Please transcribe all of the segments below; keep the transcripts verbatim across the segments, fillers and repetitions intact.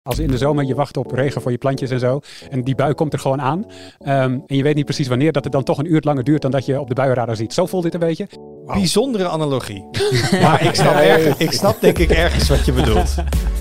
Als in de zomer je wacht op regen voor je plantjes en zo. En die bui komt er gewoon aan. Um, en je weet niet precies wanneer. Dat het dan toch een uur langer duurt dan dat je op de buienradar ziet. Zo voelt dit een beetje. Wow. Bijzondere analogie. Maar ik snap, erg, ik snap denk ik ergens wat je bedoelt.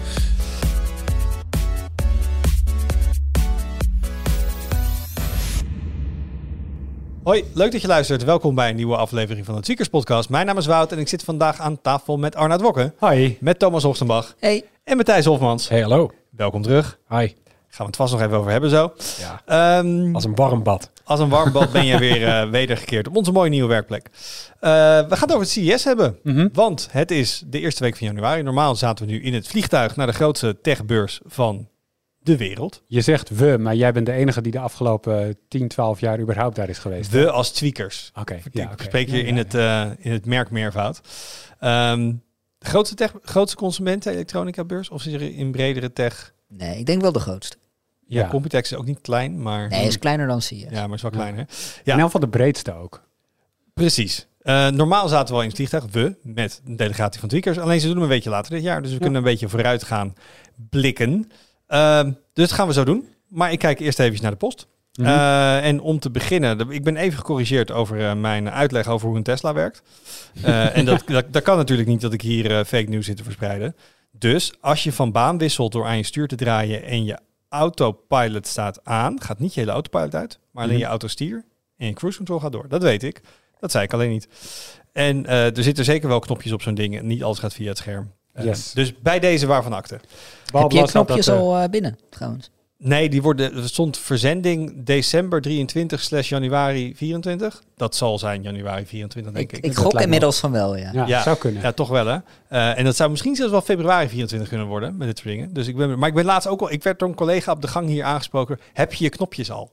Hoi, leuk dat je luistert. Welkom bij een nieuwe aflevering van het Tweakers Podcast. Mijn naam is Wout en ik zit vandaag aan tafel met Arnoud Wokke. Hoi. Met Thomas Hofstenbach. Hey. En Matthijs Hofmans. Hey, hallo. Welkom terug. Hi. Gaan we het vast nog even over hebben zo. Ja. Um, als een warm bad. Als een warm bad ben je weer uh, wedergekeerd op onze mooie nieuwe werkplek. Uh, we gaan het over het C E S hebben. Mm-hmm. Want het is de eerste week van januari. Normaal zaten we nu in het vliegtuig naar de grootste techbeurs van de wereld. Je zegt we, maar jij bent de enige die de afgelopen tien, twaalf jaar überhaupt daar is geweest. We als tweakers. Oké. Okay, ja, okay. Ik spreek hier ja, ja, in, het, uh, in het merk meervoud. Um, de grootste, tech, grootste consumenten elektronica beurs? Of is er in bredere tech? Nee, ik denk wel de grootste. Ja, ja. Computex is ook niet klein, maar... Nee, is kleiner dan C E S. Ja, maar is wel ja. kleiner. Ja. In elk geval de breedste ook. Precies. Uh, normaal zaten we al in het vliegtuig, we, met een delegatie van tweakers. Alleen ze doen hem een beetje later dit jaar, dus we ja. kunnen een beetje vooruit gaan blikken. Uh, dus dat gaan we zo doen. Maar ik kijk eerst even naar de post. Mm-hmm. Uh, en om te beginnen, ik ben even gecorrigeerd over uh, mijn uitleg over hoe een Tesla werkt. Uh, en dat, dat, dat kan natuurlijk niet dat ik hier uh, fake news zit te verspreiden. Dus als je van baan wisselt door aan je stuur te draaien en je autopilot staat aan, gaat niet je hele autopilot uit, maar alleen mm-hmm. je autostuur en je cruise control gaat door. Dat weet ik. Dat zei ik alleen niet. En uh, er zitten zeker wel knopjes op zo'n ding en niet alles gaat via het scherm. Uh, yes. Dus bij deze waarvan akte. Heb je knopjes dat, uh, al uh, binnen trouwens? Nee, die worden, er stond verzending december drieëntwintig slash januari vierentwintig. Dat zal zijn januari vierentwintig, denk ik. Ik, ik gok inmiddels van wel, ja. Ja, ja. zou kunnen. Ja, toch wel, hè. Uh, en dat zou misschien zelfs wel februari vierentwintig kunnen worden, met dit soort dingen. Dus ik ben, maar ik ben laatst ook al, ik werd door een collega op de gang hier aangesproken. Heb je je knopjes al?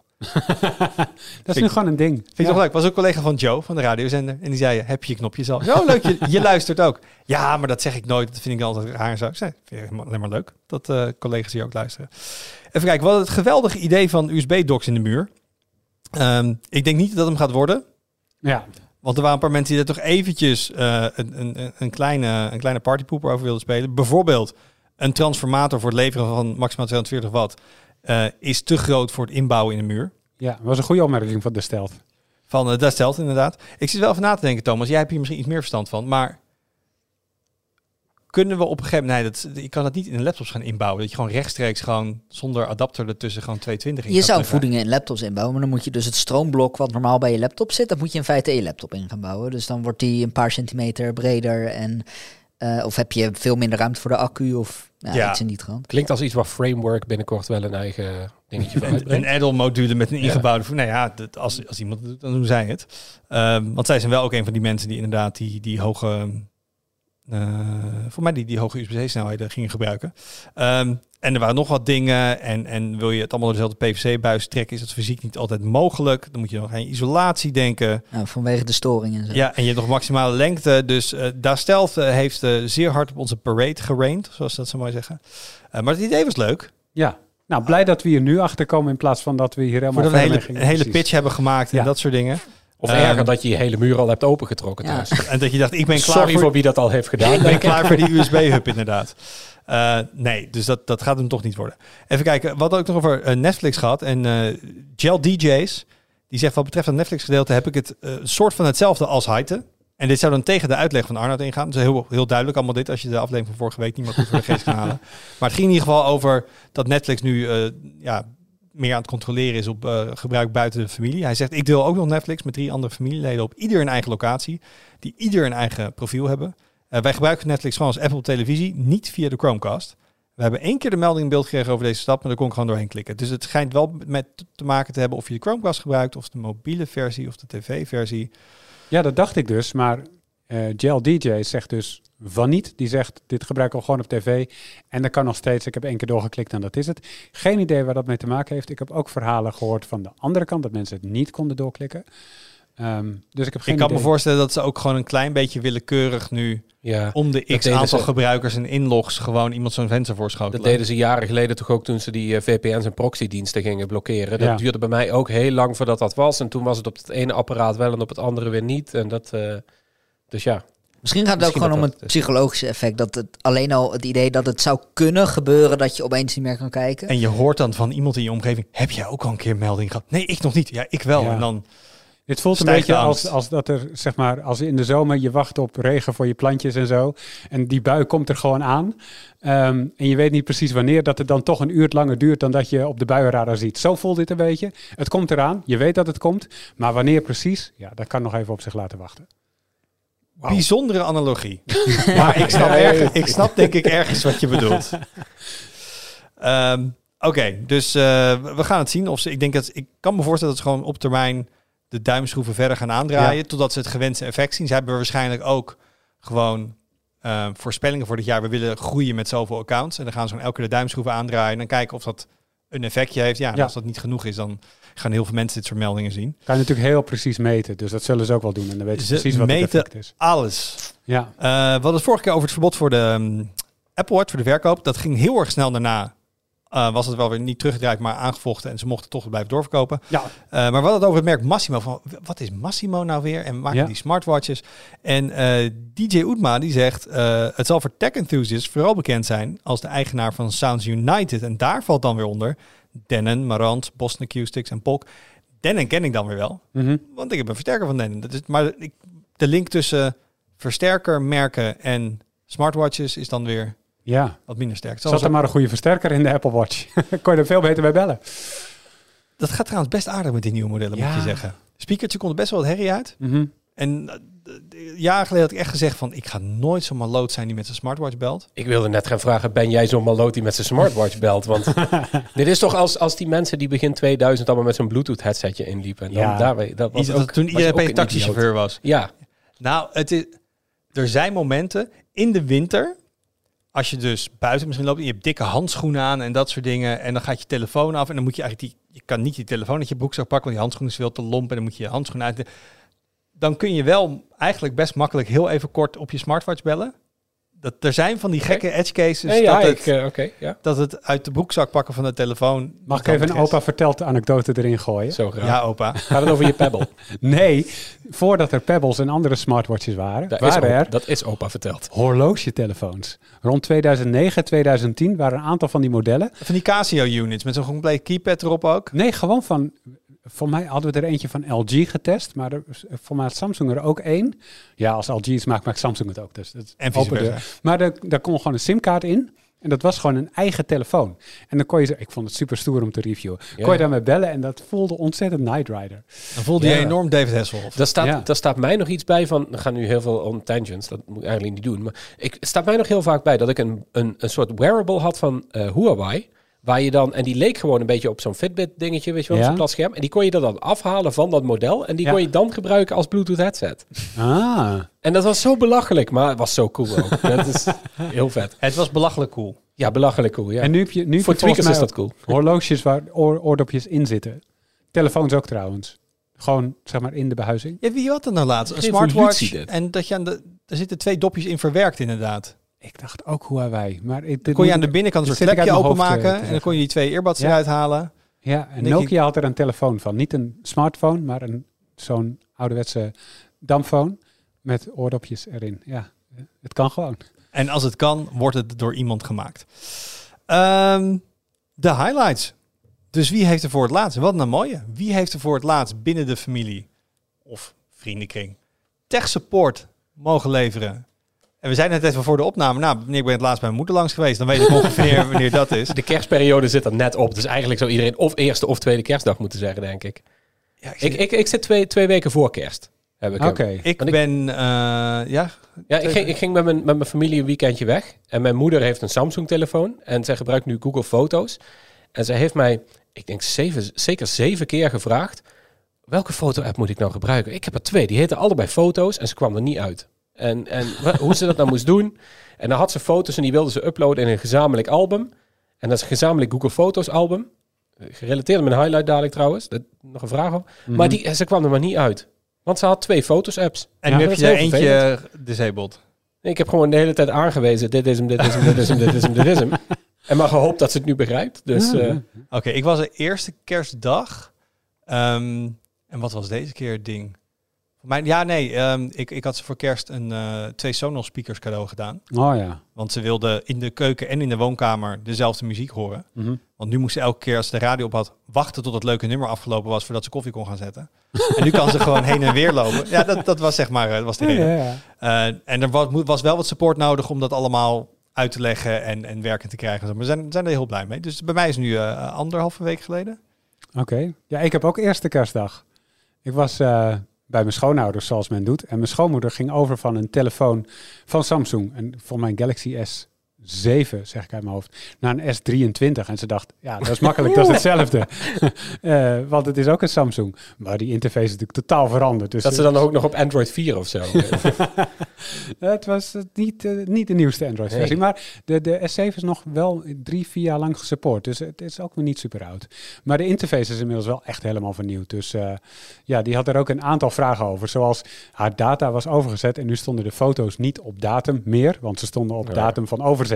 Dat is nu gewoon een ding. Vind je ja. toch leuk? Was ook een collega van Joe, van de radiozender. En die zei, heb je je knopjes al? Zo leuk, je, je luistert ook. Ja, maar dat zeg ik nooit. Dat vind ik altijd raar en zo. Ik zei, vind ik alleen maar leuk dat uh, collega's hier ook luisteren. Even kijken, we hadden het geweldige idee van U S B-docks in de muur. Um, ik denk niet dat het hem gaat worden. Ja. Want er waren een paar mensen die er toch eventjes uh, een, een, een, kleine, een kleine partypooper over wilden spelen. Bijvoorbeeld een transformator voor het leveren van maximaal tweehonderdveertig watt... Uh, is te groot voor het inbouwen in de muur. Ja, dat was een goede opmerking van de Stealth. Van uh, de Stealth, inderdaad. Ik zit wel even na te denken, Thomas. Jij hebt hier misschien iets meer verstand van. Maar kunnen we op een gegeven moment... Nee, dat, je kan dat niet in een laptops gaan inbouwen. Dat je gewoon rechtstreeks gewoon zonder adapter ertussen gewoon tweehonderdtwintig in Je zou voedingen in laptops inbouwen. Maar dan moet je dus het stroomblok wat normaal bij je laptop zit... dat moet je in feite in je laptop in gaan bouwen. Dus dan wordt die een paar centimeter breder en... Uh, of heb je veel minder ruimte voor de accu of nou, ja. iets in die trant. Klinkt als iets waar Framework binnenkort wel een eigen dingetje van uitbrengt. Een add-on module met een ingebouwde... Ja. Nou ja, dat, als, als iemand doet, dan doen zij het. Um, want zij zijn wel ook een van die mensen die inderdaad die, die hoge... Uh, voor mij die, die hoge U S B-snelheden gingen gebruiken. Um, en er waren nog wat dingen. En, en wil je het allemaal door dezelfde P V C-buis trekken... is dat fysiek niet altijd mogelijk. Dan moet je nog aan isolatie denken. Nou, vanwege de storing en zo. Ja, en je hebt nog maximale lengte. Dus uh, daar Stealth uh, heeft uh, zeer hard op onze parade geraind. Zoals dat zo mooi zeggen. Uh, maar het idee was leuk. Ja. Nou, blij dat we hier nu achter komen... in plaats van dat we hier helemaal... Voordat we een hele, een hele pitch hebben gemaakt en ja. dat soort dingen. Of erger um, dat je je hele muur al hebt opengetrokken ja. thuis. En dat je dacht, ik ben klaar Sorry voor... voor wie dat al heeft gedaan. Ik ben klaar voor die U S B-hub inderdaad. Uh, nee, dus dat, dat gaat hem toch niet worden. Even kijken, we hadden ook nog over uh, Netflix gehad. En uh, Gel D J's, die zegt wat betreft het Netflix-gedeelte... heb ik het uh, soort van hetzelfde als Heite. En dit zou dan tegen de uitleg van Arnoud ingaan. Dus heel, heel duidelijk allemaal dit, als je de aflevering van vorige week niet meer goed voor de geest kan halen. Maar het ging in ieder geval over dat Netflix nu... Uh, ja, meer aan het controleren is op uh, gebruik buiten de familie. Hij zegt, ik deel ook nog Netflix met drie andere familieleden op ieder een eigen locatie, die ieder een eigen profiel hebben. Uh, wij gebruiken Netflix gewoon als Apple televisie, niet via de Chromecast. We hebben één keer de melding in beeld gekregen over deze stap, maar daar kon ik gewoon doorheen klikken. Dus het schijnt wel met te maken te hebben of je de Chromecast gebruikt, of de mobiele versie, of de tv-versie. Ja, dat dacht ik dus, maar uh, Gel D J zegt dus van niet. Die zegt, dit gebruiken we gewoon op tv. En dat kan nog steeds. Ik heb één keer doorgeklikt en dat is het. Geen idee waar dat mee te maken heeft. Ik heb ook verhalen gehoord van de andere kant, dat mensen het niet konden doorklikken. Um, dus ik heb geen Ik kan idee. me voorstellen dat ze ook gewoon een klein beetje willekeurig nu... Ja, om de x aantal ze, gebruikers en inlogs gewoon iemand zo'n venster voorschotelen. Dat deden ze jaren geleden toch ook toen ze die uh, V P N's en proxy-diensten gingen blokkeren. Dat ja. duurde bij mij ook heel lang voordat dat was. En toen was het op het ene apparaat wel en op het andere weer niet. En dat, uh, dus ja... Misschien gaat het Misschien ook gewoon om dat het dat is. psychologische effect. Dat het alleen al het idee dat het zou kunnen gebeuren dat je opeens niet meer kan kijken. En je hoort dan van iemand in je omgeving, heb jij ook al een keer een melding gehad? Nee, ik nog niet. Ja, ik wel. Ja. En dan Dit voelt een Stijgt beetje de angst. als, als dat er, zeg maar, als in de zomer je wacht op regen voor je plantjes en zo. En die bui komt er gewoon aan. Um, en je weet niet precies wanneer, dat het dan toch een uur langer duurt dan dat je op de buienradar ziet. Zo voelt dit een beetje. Het komt eraan, je weet dat het komt. Maar wanneer precies, ja, dat kan nog even op zich laten wachten. Wow. Bijzondere analogie. Maar ik snap, ergens, ik snap denk ik ergens wat je bedoelt. Um, Oké, okay, dus uh, we gaan het zien. Of ze, ik, denk dat, ik kan me voorstellen dat ze gewoon op termijn de duimschroeven verder gaan aandraaien. Ja. Totdat ze het gewenste effect zien. Ze hebben waarschijnlijk ook gewoon uh, voorspellingen voor dit jaar. We willen groeien met zoveel accounts. En dan gaan ze gewoon elke keer de duimschroeven aandraaien. En dan kijken of dat een effectje heeft. Ja, en ja. als dat niet genoeg is, dan gaan heel veel mensen dit soort meldingen zien. Kan je natuurlijk heel precies meten. Dus dat zullen ze ook wel doen. En dan weten ze precies wat het effect is. Alles. Ja. Uh, we hadden het vorige keer over het verbod voor de um, Apple Watch, voor de verkoop. Dat ging heel erg snel daarna. Uh, was het wel weer niet teruggedraaid, maar aangevochten. En ze mochten toch blijven doorverkopen. Ja. Uh, maar we hadden het over het merk Massimo. Van, wat is Massimo nou weer? En maken ja. die smartwatches? En uh, D J Oetma die zegt... Uh, het zal voor tech enthusiasts vooral bekend zijn... als de eigenaar van Sounds United. En daar valt dan weer onder... Denon, Marantz, Boston Acoustics en Polk. Denon ken ik dan weer wel. Mm-hmm. Want ik heb een versterker van Denon. Dat is, maar ik, de link tussen versterkermerken en smartwatches is dan weer... Ja, wat minder sterk. Zat er maar een goede versterker in de Apple Watch. Kon je er veel beter bij bellen. Dat gaat trouwens best aardig met die nieuwe modellen, ja. moet je zeggen. Speakertje komt er best wel wat herrie uit. Mm-hmm. En uh, jaren geleden had ik echt gezegd van... ik ga nooit zo'n maloot zijn die met zijn smartwatch belt. Ik wilde net gaan vragen, ben jij zo'n maloot die met zijn smartwatch belt? Want dit is toch als, als die mensen die begin tweeduizend... allemaal met zo'n Bluetooth headsetje inliepen. En dan ja. daar, dat was ook, ook, toen iedereen taxichauffeur was. Ja. Nou, het is, er zijn momenten in de winter... Als je dus buiten misschien loopt en je hebt dikke handschoenen aan en dat soort dingen. En dan gaat je telefoon af en dan moet je eigenlijk die... Je kan niet die telefoon uit je broekzak pakken, want die handschoen is veel te lomp. En dan moet je je handschoenen uit... Dan kun je wel eigenlijk best makkelijk heel even kort op je smartwatch bellen. Dat, er zijn van die gekke okay. edge cases hey, ja, dat, het, ik, uh, okay, ja. dat het uit de broekzak pakken van de telefoon... Mag ik even een opa vertelt anekdote erin gooien? Zo graag. Ja, opa. Gaat het over je Pebble? Nee, voordat er Pebbles en andere smartwatches waren, dat waren is opa, er... Dat is opa verteld. Horlogetelefoons. Rond tweeduizend negen, tweeduizend tien waren een aantal van die modellen. Van die Casio-units met zo'n compleet keypad erop ook? Nee, gewoon van... Voor mij hadden we er eentje van L G getest, maar er, voor mij had Samsung er ook één. Ja, als L G iets maakt, maakt Samsung het ook. Dus dat en vice versa. Maar er, daar kon gewoon een simkaart in. En dat was gewoon een eigen telefoon. En dan kon je ze, ik vond het super stoer om te reviewen. Ja. Kon je daarmee bellen en dat voelde ontzettend Knight Rider. Dan voelde ja. je enorm David Hasselhoff. Daar staat, ja. daar staat mij nog iets bij van, er gaan nu heel veel on tangents, dat moet ik eigenlijk niet doen. Maar ik staat mij nog heel vaak bij dat ik een, een, een soort wearable had van uh, Huawei. Waar je dan, en die leek gewoon een beetje op zo'n Fitbit dingetje, weet je wel, ja. zo'n plat scherm. En die kon je er dan afhalen van dat model. En die ja. kon je dan gebruiken als Bluetooth headset. Ah. En dat was zo belachelijk, maar het was zo cool ook. Dat is heel vet. Het was belachelijk cool. Ja, belachelijk cool, ja. En nu heb je, nu voor tweakers is dat cool. Horloges waar oor, oordopjes in zitten. Telefoons ook trouwens. Gewoon, zeg maar, in de behuizing. Ja, wie had dat nou laatst? Een smartwatch. En dat je aan de, er zitten twee dopjes in verwerkt inderdaad. Ik dacht ook Huawei. Maar ik, dan kon je aan de binnenkant een soort klepje openmaken. En dan kon je die twee earbuds ja. eruit halen. Ja, en Nokia ik... had er een telefoon van. Niet een smartphone, maar een, zo'n ouderwetse dampfoon met oordopjes erin. Ja, het kan gewoon. En als het kan, wordt het door iemand gemaakt. Um, de highlights. Dus wie heeft er voor het laatst? Wat een mooie. Wie heeft er voor het laatst binnen de familie of vriendenkring tech support mogen leveren? En we zijn net even voor de opname. Nou, wanneer ik ben het laatst bij mijn moeder langs geweest. Dan weet ik ongeveer wanneer dat is. De kerstperiode zit er net op. Dus eigenlijk zou iedereen of eerste of tweede kerstdag moeten zeggen, denk ik. Ja, ik, zit... ik, ik, ik zit twee, twee weken voor kerst. Oké. Okay. Ik Want ben, ik, uh, ja... Ja, ik ging, ik ging met, mijn, met mijn familie een weekendje weg. En mijn moeder heeft een Samsung-telefoon. En zij gebruikt nu Google Foto's. En zij heeft mij, ik denk zeven, zeker zeven keer gevraagd... welke foto-app moet ik nou gebruiken? Ik heb er twee. Die heten allebei Foto's. En ze kwam er niet uit. En, en hoe ze dat nou moest doen. En dan had ze foto's en die wilde ze uploaden in een gezamenlijk album. En dat is een gezamenlijk Google Foto's album. Gerelateerd met een highlight dadelijk trouwens. Dat, nog een vraag op. Mm-hmm. Maar die, ze kwam er maar niet uit. Want ze had twee Foto's apps. En ja, nu heb je er eentje vervelend. disabled. Nee, ik heb gewoon de hele tijd aangewezen. Dit is hem, dit is hem, dit is hem, dit is hem, dit is hem. En maar gehoopt dat ze het nu begrijpt. Dus, uh... Oké, okay, ik was de eerste kerstdag. Um, en wat was deze keer het ding? Maar ja, nee, um, ik, ik had ze voor kerst een uh, twee Sonos speakers cadeau gedaan. Oh ja. Want ze wilden in de keuken en in de woonkamer dezelfde muziek horen. Mm-hmm. Want nu moest ze elke keer als ze de radio op had wachten tot het leuke nummer afgelopen was voordat ze koffie kon gaan zetten. En nu kan ze gewoon heen en weer lopen. Ja, dat, dat was zeg maar dat was de reden. Ja, ja. Uh, en er was, was wel wat support nodig om dat allemaal uit te leggen en, en werkend te krijgen. Maar we zijn, zijn er heel blij mee. Dus bij mij is het nu uh, anderhalve week geleden. Oké. Okay. Ja, ik heb ook eerste kerstdag. Ik was uh, bij mijn schoonouders, zoals men doet. En mijn schoonmoeder ging over van een telefoon van Samsung. En voor mijn Galaxy S zeven, zeg ik uit mijn hoofd, naar een S drieëntwintig. En ze dacht, ja, dat is makkelijk, dat is hetzelfde. uh, want het is ook een Samsung. Maar die interface is natuurlijk totaal veranderd. Dus dat ze dan ook nog op Android vier of zo. Het was niet, uh, niet de nieuwste Android-versie. Nee. Maar de, de S zeven is nog wel drie, vier jaar lang gesupport. Dus het is ook weer niet super oud. Maar de interface is inmiddels wel echt helemaal vernieuwd. Dus uh, ja, die had er ook een aantal vragen over. Zoals haar data was overgezet en nu stonden de foto's niet op datum meer. Want ze stonden op ja. datum van overzetting.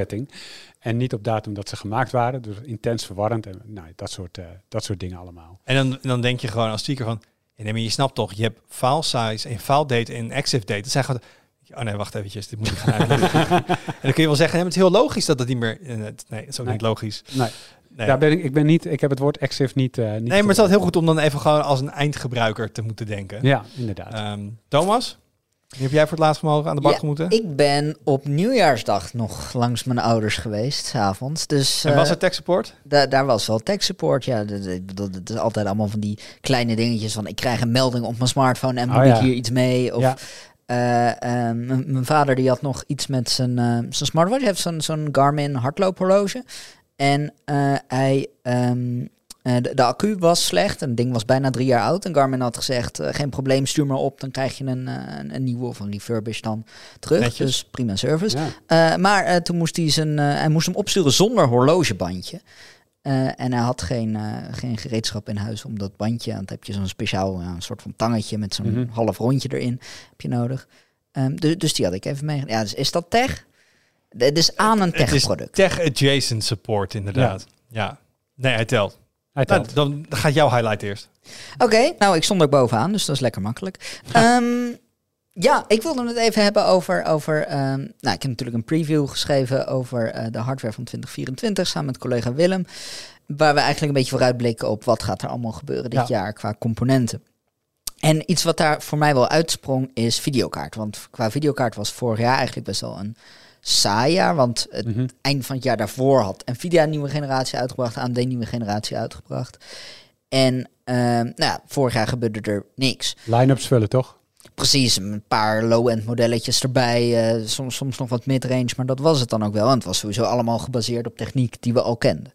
En niet op datum dat ze gemaakt waren. Dus intens verwarrend. En nou, dat, soort, uh, dat soort dingen allemaal. En dan, dan denk je gewoon als speaker van... Ja, nee, maar je snapt toch, je hebt file size en file date en exif date. Dat zijn gewoon... Oh nee, wacht eventjes, dit moet ik gaan uitleggen. En dan kun je wel zeggen, nee, het is heel logisch dat dat niet meer... Nee, het is ook nee. niet logisch. Nee. Nee. Daar ben ik, ik ben niet, ik heb het woord exif niet... Uh, niet nee, maar het is altijd heel goed om dan even gewoon als een eindgebruiker te moeten denken. Ja, inderdaad. Um, Thomas? Wie heb jij voor het laatst mogen aan de bak ja, moeten? Ik ben op nieuwjaarsdag nog langs mijn ouders geweest, 's avonds. Dus, en was uh, er tech support? Da- daar was wel tech support, ja. Het is altijd allemaal van die kleine dingetjes van... ik krijg een melding op mijn smartphone en moet oh, ja. ik hier iets mee? Of... Ja. Uh, uh, mijn vader die had nog iets met zijn, uh, zijn smartwatch. Hij heeft zo'n, zo'n Garmin hardloophorloge. En uh, hij, um, uh, de, de accu was slecht. En het ding was bijna drie jaar oud. En Garmin had gezegd, uh, geen probleem, stuur maar op. Dan krijg je een, uh, een nieuwe of een refurbish dan terug. Netjes. Dus prima service. Ja. Uh, maar uh, toen moest hij, zijn, uh, hij moest hem opsturen zonder horlogebandje. Uh, en hij had geen, uh, geen gereedschap in huis om dat bandje. Want dan heb je zo'n speciaal uh, een soort van tangetje met zo'n mm-hmm. half rondje erin. Heb je nodig. Um, dus, dus die had ik even meegenomen. Ja, dus is dat tech? Het is aan een tech-product. Tech-adjacent support, inderdaad. Ja. ja. Nee, hij telt. Hij telt. Nou, dan gaat jouw highlight eerst. Oké, okay, nou, ik stond er bovenaan, dus dat is lekker makkelijk. um, Ja, ik wilde het even hebben over... over um, nou, ik heb natuurlijk een preview geschreven over uh, de hardware van twintig vierentwintig... samen met collega Willem. Waar we eigenlijk een beetje vooruitblikken op... wat gaat er allemaal gebeuren dit ja. jaar qua componenten. En iets wat daar voor mij wel uitsprong is videokaart. Want qua videokaart was vorig jaar eigenlijk best wel een saai jaar. Want het mm-hmm. eind van het jaar daarvoor had Nvidia een nieuwe generatie uitgebracht... A M D een nieuwe generatie uitgebracht. En uh, nou ja, vorig jaar gebeurde er niks. Line-ups vullen, toch? Precies, een paar low-end modelletjes erbij, uh, soms, soms nog wat mid-range, maar dat was het dan ook wel. En het was sowieso allemaal gebaseerd op techniek die we al kenden.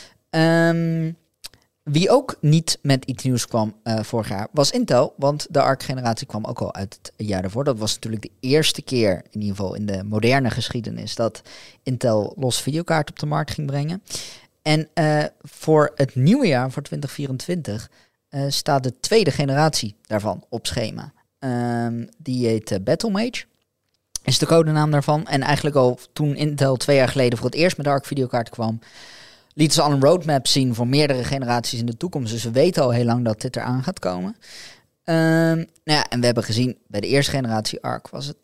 Ja. Um, wie ook niet met iets nieuws kwam uh, vorig jaar was Intel, want de Arc-generatie kwam ook al uit het jaar daarvoor. Dat was natuurlijk de eerste keer, in ieder geval in de moderne geschiedenis, dat Intel los videokaart op de markt ging brengen. En uh, voor het nieuwe jaar, voor twintig vierentwintig, uh, staat de tweede generatie daarvan op schema. Um, die heet uh, Battlemage, is de codenaam daarvan. En eigenlijk al toen Intel twee jaar geleden voor het eerst met de Arc videokaart kwam, lieten ze al een roadmap zien voor meerdere generaties in de toekomst. Dus we weten al heel lang dat dit eraan gaat komen. Um, nou ja, en we hebben gezien, bij de eerste generatie Arc was het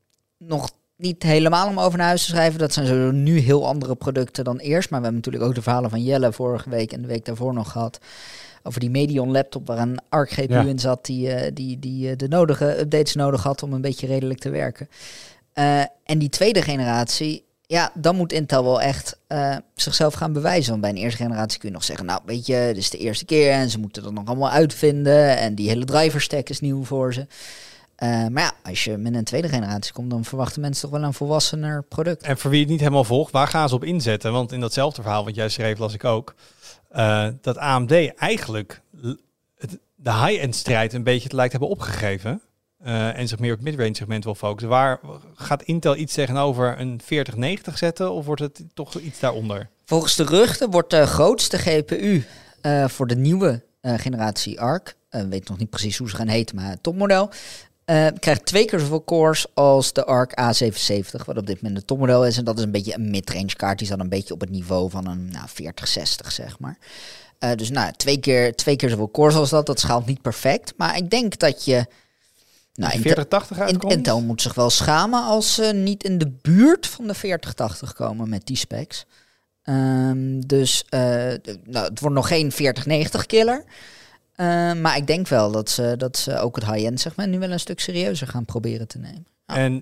nog niet helemaal om over naar huis te schrijven. Dat zijn zo nu heel andere producten dan eerst. Maar we hebben natuurlijk ook de verhalen van Jelle vorige week en de week daarvoor nog gehad. Over die Medion laptop waar een Arc G P U ja. in zat. Die, uh, die, die uh, de nodige updates nodig had om een beetje redelijk te werken. Uh, en die tweede generatie, ja, dan moet Intel wel echt uh, zichzelf gaan bewijzen. Want bij een eerste generatie kun je nog zeggen, nou weet je, dit is de eerste keer. En ze moeten dat nog allemaal uitvinden. En die hele driver stack is nieuw voor ze. Uh, maar ja, als je met een tweede generatie komt, dan verwachten mensen toch wel een volwassener product. En voor wie het niet helemaal volgt, waar gaan ze op inzetten? Want in datzelfde verhaal wat jij schreef, las ik ook. Uh, dat A M D eigenlijk het, de high-end strijd een beetje het lijkt hebben opgegeven. Uh, en zich meer op het midrange segment wil focussen. Waar gaat Intel iets tegenover een veertig negentig zetten? Of wordt het toch iets daaronder? Volgens de geruchten wordt de grootste G P U uh, voor de nieuwe uh, generatie Arc, uh, weet nog niet precies hoe ze gaan heten, maar het topmodel, Uh, krijgt twee keer zoveel cores als de Arc A zevenenzeventig, wat op dit moment het topmodel is. En dat is een beetje een midrange kaart. Die zat een beetje op het niveau van een nou, veertig zestig, zeg maar. Uh, dus nou, twee keer, twee keer zoveel cores als dat. Dat schaalt niet perfect. Maar ik denk dat je Nou, de Intel- veertig tachtig In- uitkomt? Intel moet zich wel schamen als ze niet in de buurt van de veertig tachtig komen met die specs. Ehm, dus uh, d- nou, het wordt nog geen veertig negentig killer. Uh, maar ik denk wel dat ze, dat ze ook het high-end segment nu wel een stuk serieuzer gaan proberen te nemen. Ja. En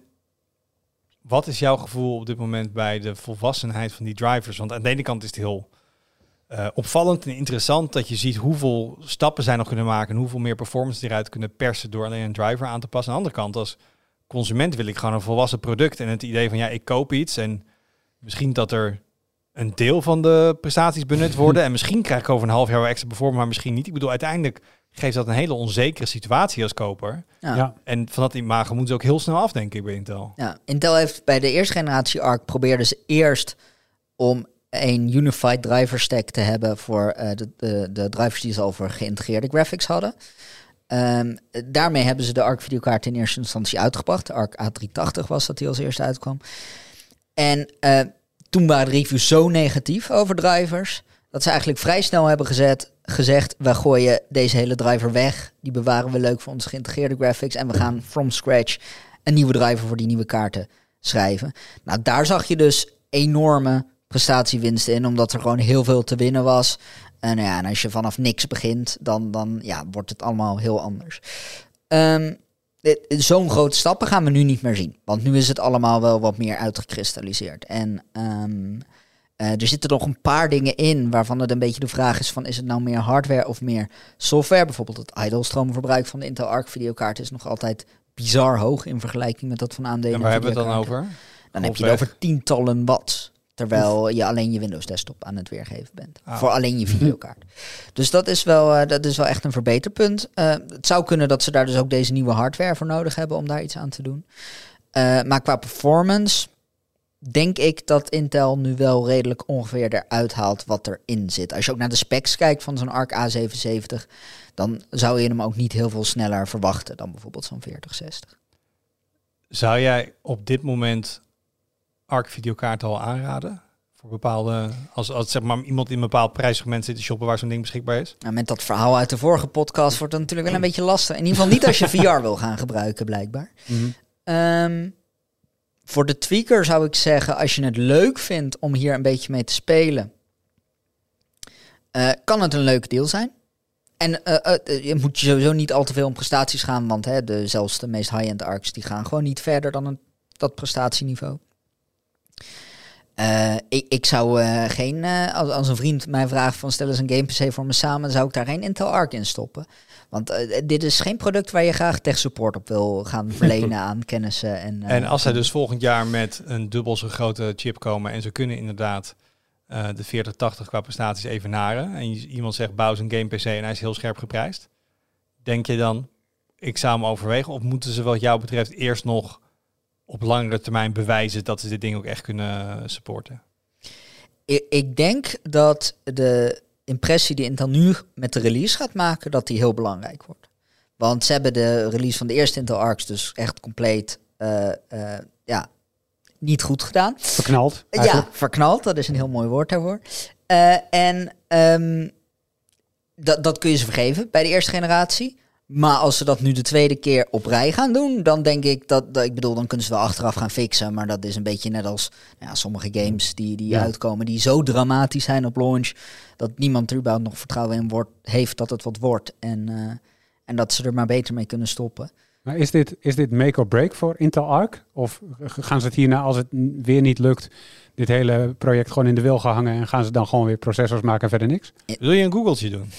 wat is jouw gevoel op dit moment bij de volwassenheid van die drivers? Want aan de ene kant is het heel uh, opvallend en interessant dat je ziet hoeveel stappen zij nog kunnen maken en hoeveel meer performance eruit kunnen persen door alleen een driver aan te passen. Aan de andere kant, als consument wil ik gewoon een volwassen product en het idee van ja, ik koop iets en misschien dat er een deel van de prestaties benut worden en misschien krijg ik over een half jaar wel extra performance, maar misschien niet. Ik bedoel, uiteindelijk geeft dat een hele onzekere situatie als koper. Ja. Ja. En van dat imago moeten ze ook heel snel af, denk ik, bij Intel. Ja, Intel heeft bij de eerste generatie Arc probeerde ze eerst om een unified driver stack te hebben voor uh, de, de, de drivers die ze al voor geïntegreerde graphics hadden. Um, daarmee hebben ze de Arc videokaart in eerste instantie uitgebracht. De Arc A driehonderdtachtig was dat die als eerste uitkwam. En uh, toen waren de reviews zo negatief over drivers dat ze eigenlijk vrij snel hebben gezet, gezegd, we gooien deze hele driver weg. Die bewaren we leuk voor onze geïntegreerde graphics. En we gaan from scratch een nieuwe driver voor die nieuwe kaarten schrijven. Nou, daar zag je dus enorme prestatiewinsten in, omdat er gewoon heel veel te winnen was. En, ja, en als je vanaf niks begint, dan, dan ja, wordt het allemaal heel anders. Um, Zo'n grote stappen gaan we nu niet meer zien. Want nu is het allemaal wel wat meer uitgekristalliseerd. En um, uh, er zitten nog een paar dingen in waarvan het een beetje de vraag is van, is het nou meer hardware of meer software? Bijvoorbeeld het idle stroomverbruik van de Intel Arc videokaart is nog altijd bizar hoog in vergelijking met dat van A M D. En waar hebben we het dan over? Dan heb je het over tientallen watts. Terwijl je alleen je Windows desktop aan het weergeven bent. Oh. Voor alleen je videokaart. Dus dat is wel, uh, dat is wel echt een verbeterpunt. Uh, het zou kunnen dat ze daar dus ook deze nieuwe hardware voor nodig hebben om daar iets aan te doen. Uh, maar qua performance denk ik dat Intel nu wel redelijk ongeveer eruit haalt wat erin zit. Als je ook naar de specs kijkt van zo'n Arc A zevenenzeventig, dan zou je hem ook niet heel veel sneller verwachten dan bijvoorbeeld zo'n veertig zestig. Zou jij op dit moment Arc videokaarten al aanraden? Voor bepaalde, als, als zeg maar iemand in een bepaald prijssegment zit te shoppen waar zo'n ding beschikbaar is? Nou, met dat verhaal uit de vorige podcast wordt het natuurlijk wel een beetje lastig. In ieder geval niet als je V R wil gaan gebruiken, blijkbaar. Mm-hmm. Um, voor de tweaker zou ik zeggen, als je het leuk vindt om hier een beetje mee te spelen, uh, kan het een leuk deal zijn. En uh, uh, je moet sowieso niet al te veel om prestaties gaan, want hè, de, zelfs de meest high-end arcs die gaan gewoon niet verder dan een, dat prestatieniveau. Uh, ik, ik zou uh, geen, uh, als, als een vriend mij vraagt van stel eens een game P C voor me samen, zou ik daar geen Intel Arc in stoppen. Want uh, dit is geen product waar je graag tech support op wil gaan verlenen aan kennissen. En, uh, en als zij dus volgend jaar met een dubbel zo grote chip komen en ze kunnen inderdaad uh, de veertig tachtig qua prestaties evenaren en je, iemand zegt bouw eens een game P C en hij is heel scherp geprijsd, denk je dan, ik zou hem overwegen, of moeten ze wat jou betreft eerst nog op langere termijn bewijzen dat ze dit ding ook echt kunnen supporten? Ik, ik denk dat de impressie die Intel nu met de release gaat maken, dat die heel belangrijk wordt. Want ze hebben de release van de eerste Intel Arcs dus echt compleet uh, uh, ja, niet goed gedaan. Verknald. Eigenlijk. Ja, verknald. Dat is een heel mooi woord daarvoor. Uh, en um, dat, dat kun je ze vergeven bij de eerste generatie. Maar als ze dat nu de tweede keer op rij gaan doen, dan denk ik dat, dat ik bedoel, dan kunnen ze wel achteraf gaan fixen. Maar dat is een beetje net als ja, sommige games die, die ja. uitkomen, die zo dramatisch zijn op launch, dat niemand er überhaupt nog vertrouwen in wordt, heeft dat het wat wordt. En, uh, en dat ze er maar beter mee kunnen stoppen. Maar is dit, is dit make or break voor Intel Arc? Of gaan ze het hierna, als het weer niet lukt, dit hele project gewoon in de wil gaan hangen en gaan ze dan gewoon weer processors maken en verder niks? Wil je een Googletje doen?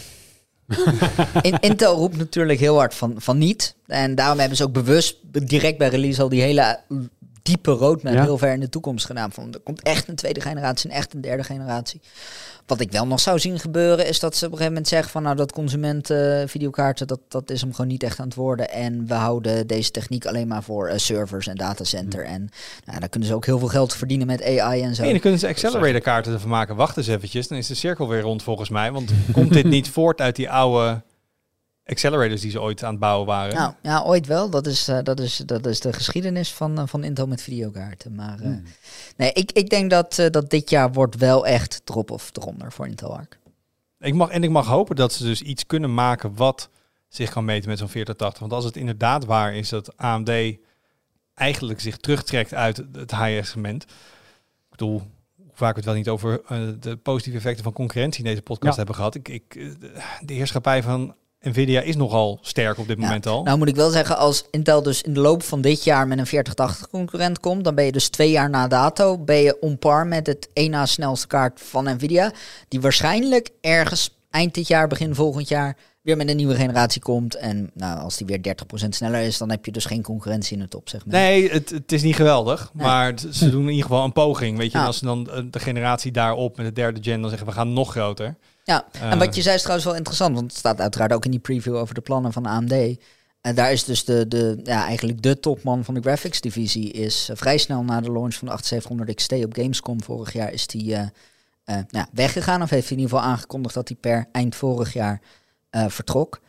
In, Intel roept natuurlijk heel hard van, van niet. En daarom hebben ze ook bewust direct bij release al die hele diepe roadmap ja. heel ver in de toekomst gedaan. Van, er komt echt een tweede generatie en echt een derde generatie. Wat ik wel nog zou zien gebeuren is dat ze op een gegeven moment zeggen van nou dat consumenten uh, videokaarten, dat, dat is hem gewoon niet echt aan het worden. En we houden deze techniek alleen maar voor uh, servers en datacenter. Mm. En nou, daar kunnen ze ook heel veel geld verdienen met A I en zo. En dan kunnen ze accelerator kaarten ervan maken. Wacht eens eventjes, dan is de cirkel weer rond volgens mij. Want komt dit niet voort uit die oude accelerators die ze ooit aan het bouwen waren? Nou, ja, ooit wel. Dat is, uh, dat is, dat is de geschiedenis van, uh, van Intel met videokaarten. Maar uh, hmm. nee, ik, ik denk dat, uh, dat dit jaar wordt wel echt drop of eronder voor Intel Arc. Ik mag, en ik mag hopen dat ze dus iets kunnen maken wat zich kan meten met zo'n veertig tachtig. Want als het inderdaad waar is dat A M D eigenlijk zich terugtrekt uit het high-end segment. Ik bedoel, hoe vaak we het wel niet over uh, de positieve effecten van concurrentie in deze podcast Ja. hebben gehad. Ik, ik, de heerschappij van Nvidia is nogal sterk op dit Ja, moment al. Nou moet ik wel zeggen, als Intel dus in de loop van dit jaar met een veertig tachtig concurrent komt, dan ben je dus twee jaar na dato, ben je on par met het één na snelste kaart van Nvidia, die waarschijnlijk ergens eind dit jaar, begin volgend jaar weer met een nieuwe generatie komt. En nou, als die weer dertig procent sneller is, dan heb je dus geen concurrentie in het topsegment. Nee, het, het is niet geweldig. Nee. Maar t- ze doen in ieder geval een poging. Weet je, Ja. en als ze dan uh, de generatie daarop met de derde gen dan zeggen we gaan nog groter. Ja, Uh, en wat je zei is trouwens wel interessant, want het staat uiteraard ook in die preview over de plannen van A M D. En daar is dus de, de, ja, eigenlijk de topman van de graphics divisie is uh, vrij snel na de launch van de achtenzestigshonderd X T op Gamescom vorig jaar is die uh, uh, nou, weggegaan. Of heeft hij in ieder geval aangekondigd dat hij per eind vorig jaar uh, vertrok.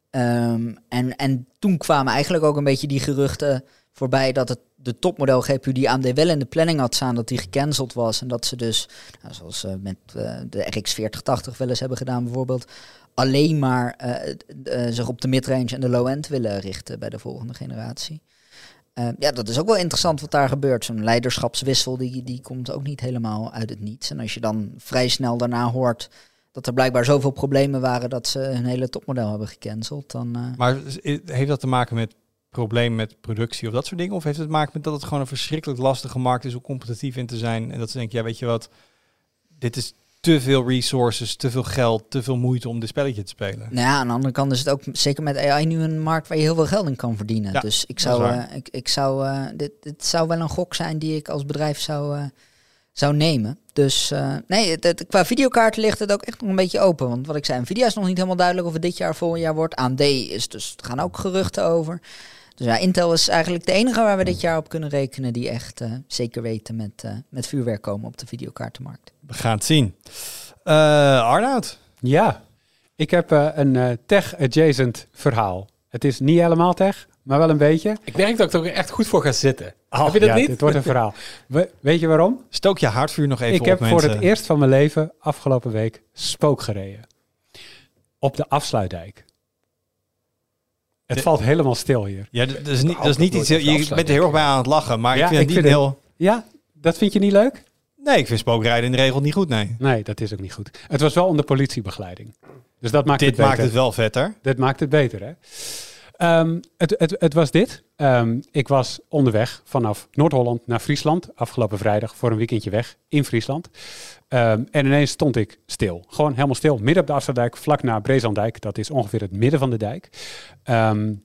Um, en, en toen kwamen eigenlijk ook een beetje die geruchten voorbij dat het de topmodel G P U die A M D wel in de planning had staan, dat die gecanceld was. En dat ze dus, nou, zoals uh, met uh, de R X veertig tachtig wel eens hebben gedaan bijvoorbeeld, alleen maar uh, uh, zich op de midrange en de low-end willen richten bij de volgende generatie. Uh, ja, dat is ook wel interessant wat daar gebeurt. Zo'n leiderschapswissel, die, die komt ook niet helemaal uit het niets. En als je dan vrij snel daarna hoort dat er blijkbaar zoveel problemen waren dat ze hun hele topmodel hebben gecanceld, dan... Uh... Maar heeft dat te maken met problemen met productie of dat soort dingen? Of heeft het te maken met dat het gewoon een verschrikkelijk lastige markt is om competitief in te zijn? En dat ze denken, ja, weet je wat, dit is te veel resources, te veel geld, te veel moeite om dit spelletje te spelen. Nou ja, aan de andere kant is het ook zeker met A I nu een markt waar je heel veel geld in kan verdienen. Ja, dus ik dat is zou, waar. uh, ik, ik zou, uh, dit, dit zou wel een gok zijn die ik als bedrijf zou, uh, zou nemen. Dus uh, nee, het, het, qua videokaarten ligt het ook echt nog een beetje open. Want wat ik zei, Nvidia is nog niet helemaal duidelijk of het dit jaar of volgend jaar wordt. A M D is dus, er gaan ook geruchten over. Dus ja, Intel is eigenlijk de enige waar we dit jaar op kunnen rekenen die echt uh, zeker weten met, uh, met vuurwerk komen op de videokaartenmarkt. We gaan het zien. Uh, Arnoud? Ja, ik heb uh, een uh, tech-adjacent verhaal. Het is niet helemaal tech, maar wel een beetje. Ik merk dat ik er echt goed voor ga zitten. Oh, Heb je dat ja, niet? dit wordt een verhaal. We, weet je waarom? Stook je haardvuur nog even ik op, heb mensen. voor het eerst van mijn leven afgelopen week spook gereden. Op de Afsluitdijk. Het De- valt helemaal stil hier. Ja, dat is niet, dat is niet nooit iets... op de Je bent afsluiting. er heel erg bij aan het lachen, maar Ja, ik vind het ik niet vind heel... Ja, dat vind je niet leuk? Nee, ik vind spookrijden in de regel niet goed, nee. Nee, dat is ook niet goed. Het was wel onder politiebegeleiding. Dus dat maakt Dit het beter. maakt het wel vetter. Dit maakt het beter, hè? Um, het, het, het was dit. Um, ik was onderweg vanaf Noord-Holland naar Friesland. Afgelopen vrijdag voor een weekendje weg in Friesland. Um, en ineens stond ik stil. Gewoon helemaal stil. Midden op de Afsluitdijk, vlak na Brezandijk. Dat is ongeveer het midden van de dijk. Um,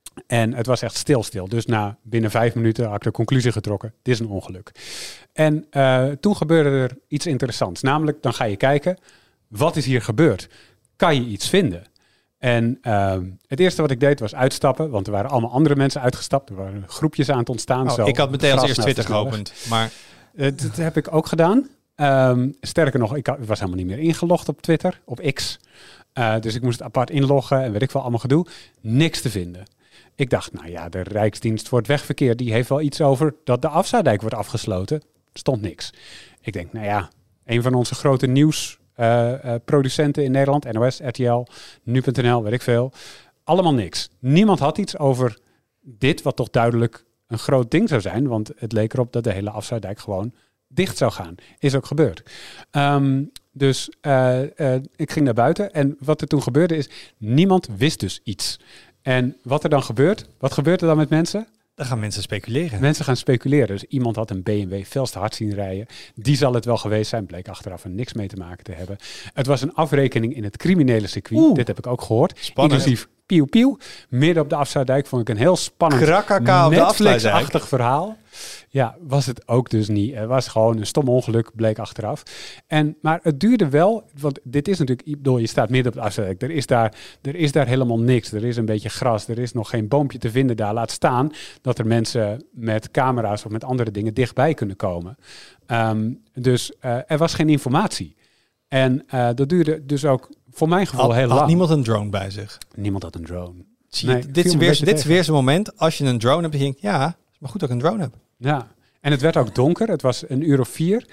en het was echt stil, stil. Dus na binnen vijf minuten had ik de conclusie getrokken. Dit is een ongeluk. En uh, toen gebeurde er iets interessants. Namelijk, dan ga je kijken, wat is hier gebeurd? Kan je iets vinden? En uh, het eerste wat ik deed was uitstappen, want er waren allemaal andere mensen uitgestapt. Er waren groepjes aan het ontstaan. Oh, zo, ik had meteen als gras eerst naast Twitter de snelweg. geopend. Maar Uh, dat heb ik ook gedaan. Um, sterker nog, ik, had, ik was helemaal niet meer ingelogd op Twitter, op X. Uh, dus ik moest het apart inloggen en weet ik wel allemaal gedoe. Niks te vinden. Ik dacht, nou ja, de Rijksdienst voor het Wegverkeer, die heeft wel iets over dat de Afsluitdijk wordt afgesloten. Stond niks. Ik denk, nou ja, een van onze grote nieuwsproducenten uh, uh, in Nederland, N O S, R T L, nu punt n l, weet ik veel. Allemaal niks. Niemand had iets over dit, wat toch duidelijk een groot ding zou zijn. Want het leek erop dat de hele Afsluitdijk gewoon dicht zou gaan. Is ook gebeurd. Um, dus uh, uh, ik ging naar buiten. En wat er toen gebeurde is, niemand wist dus iets. En wat er dan gebeurt, wat gebeurt er dan met mensen? dan gaan mensen speculeren. Mensen gaan speculeren. Dus iemand had een B M W veel te hard zien rijden. Die zal het wel geweest zijn. Bleek achteraf er niks mee te maken te hebben. Het was een afrekening in het criminele circuit. Oeh. Dit heb ik ook gehoord. Spannend. Inclusief pieuw pieuw. Midden op de Afsluitdijk vond ik een heel spannend Krakaka op de Afsluitdijk. Netflix-achtig verhaal. Ja, was het ook dus niet. Het was gewoon een stom ongeluk, bleek achteraf. En, maar het duurde wel, want dit is natuurlijk, ik bedoel, je staat midden op de Afsluitdijk. Er is daar, er is daar helemaal niks. Er is een beetje gras, er is nog geen boompje te vinden daar. Laat staan dat er mensen met camera's of met andere dingen dichtbij kunnen komen. Um, dus uh, er was geen informatie. En uh, dat duurde dus ook voor mijn gevoel Had, heel had lang. niemand een drone bij zich? Niemand had een drone. Zie je, Nee, dit viel is me weer, een beetje dit is tegen. weer zo'n moment, als je een drone hebt, dan denk je, ja, het is maar goed dat ik een drone heb. Ja, En het werd ook donker. Het was een uur of vier.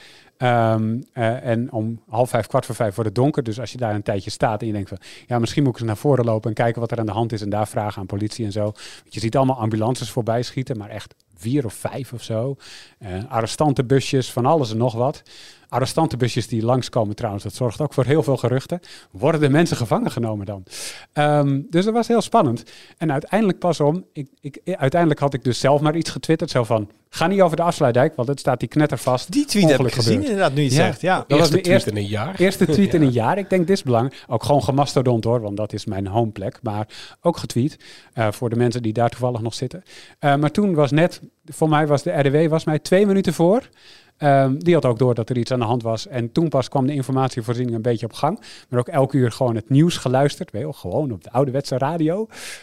Um, uh, en om half vijf, kwart voor vijf wordt het donker. Dus als je daar een tijdje staat en je denkt van... ja, misschien moet ik eens naar voren lopen en kijken wat er aan de hand is... en daar vragen aan politie en zo. Want je ziet allemaal ambulances voorbij schieten, maar echt vier of vijf of zo. Uh, arrestantenbusjes, van alles en nog wat. Arrestantenbusjes die langskomen trouwens, dat zorgt ook voor heel veel geruchten. Worden de mensen gevangen genomen dan? Um, dus dat was heel spannend. En uiteindelijk pas om, ik, ik, uiteindelijk had ik dus zelf maar iets getwitterd. Zo van, ga niet over de afsluitdijk, want het staat die knetter vast. Die tweet heb ik gezien gebeurd. inderdaad, nu je het Ja. zegt. Ja. Dat Dat was was de de eerste- tweet in een jaar. Eerste tweet in Ja. een jaar. Ik denk, dit is belangrijk. Ook gewoon gemastodont hoor, want dat is mijn homeplek. Maar ook getweet uh, voor de mensen die daar toevallig nog zitten. Uh, maar toen was net, voor mij was de R D W was mij twee minuten voor. Um, die had ook door dat er iets aan de hand was. En toen pas kwam de informatievoorziening een beetje op gang. Maar ook elke uur gewoon het nieuws geluisterd. Weet je wel, gewoon op de ouderwetse radio.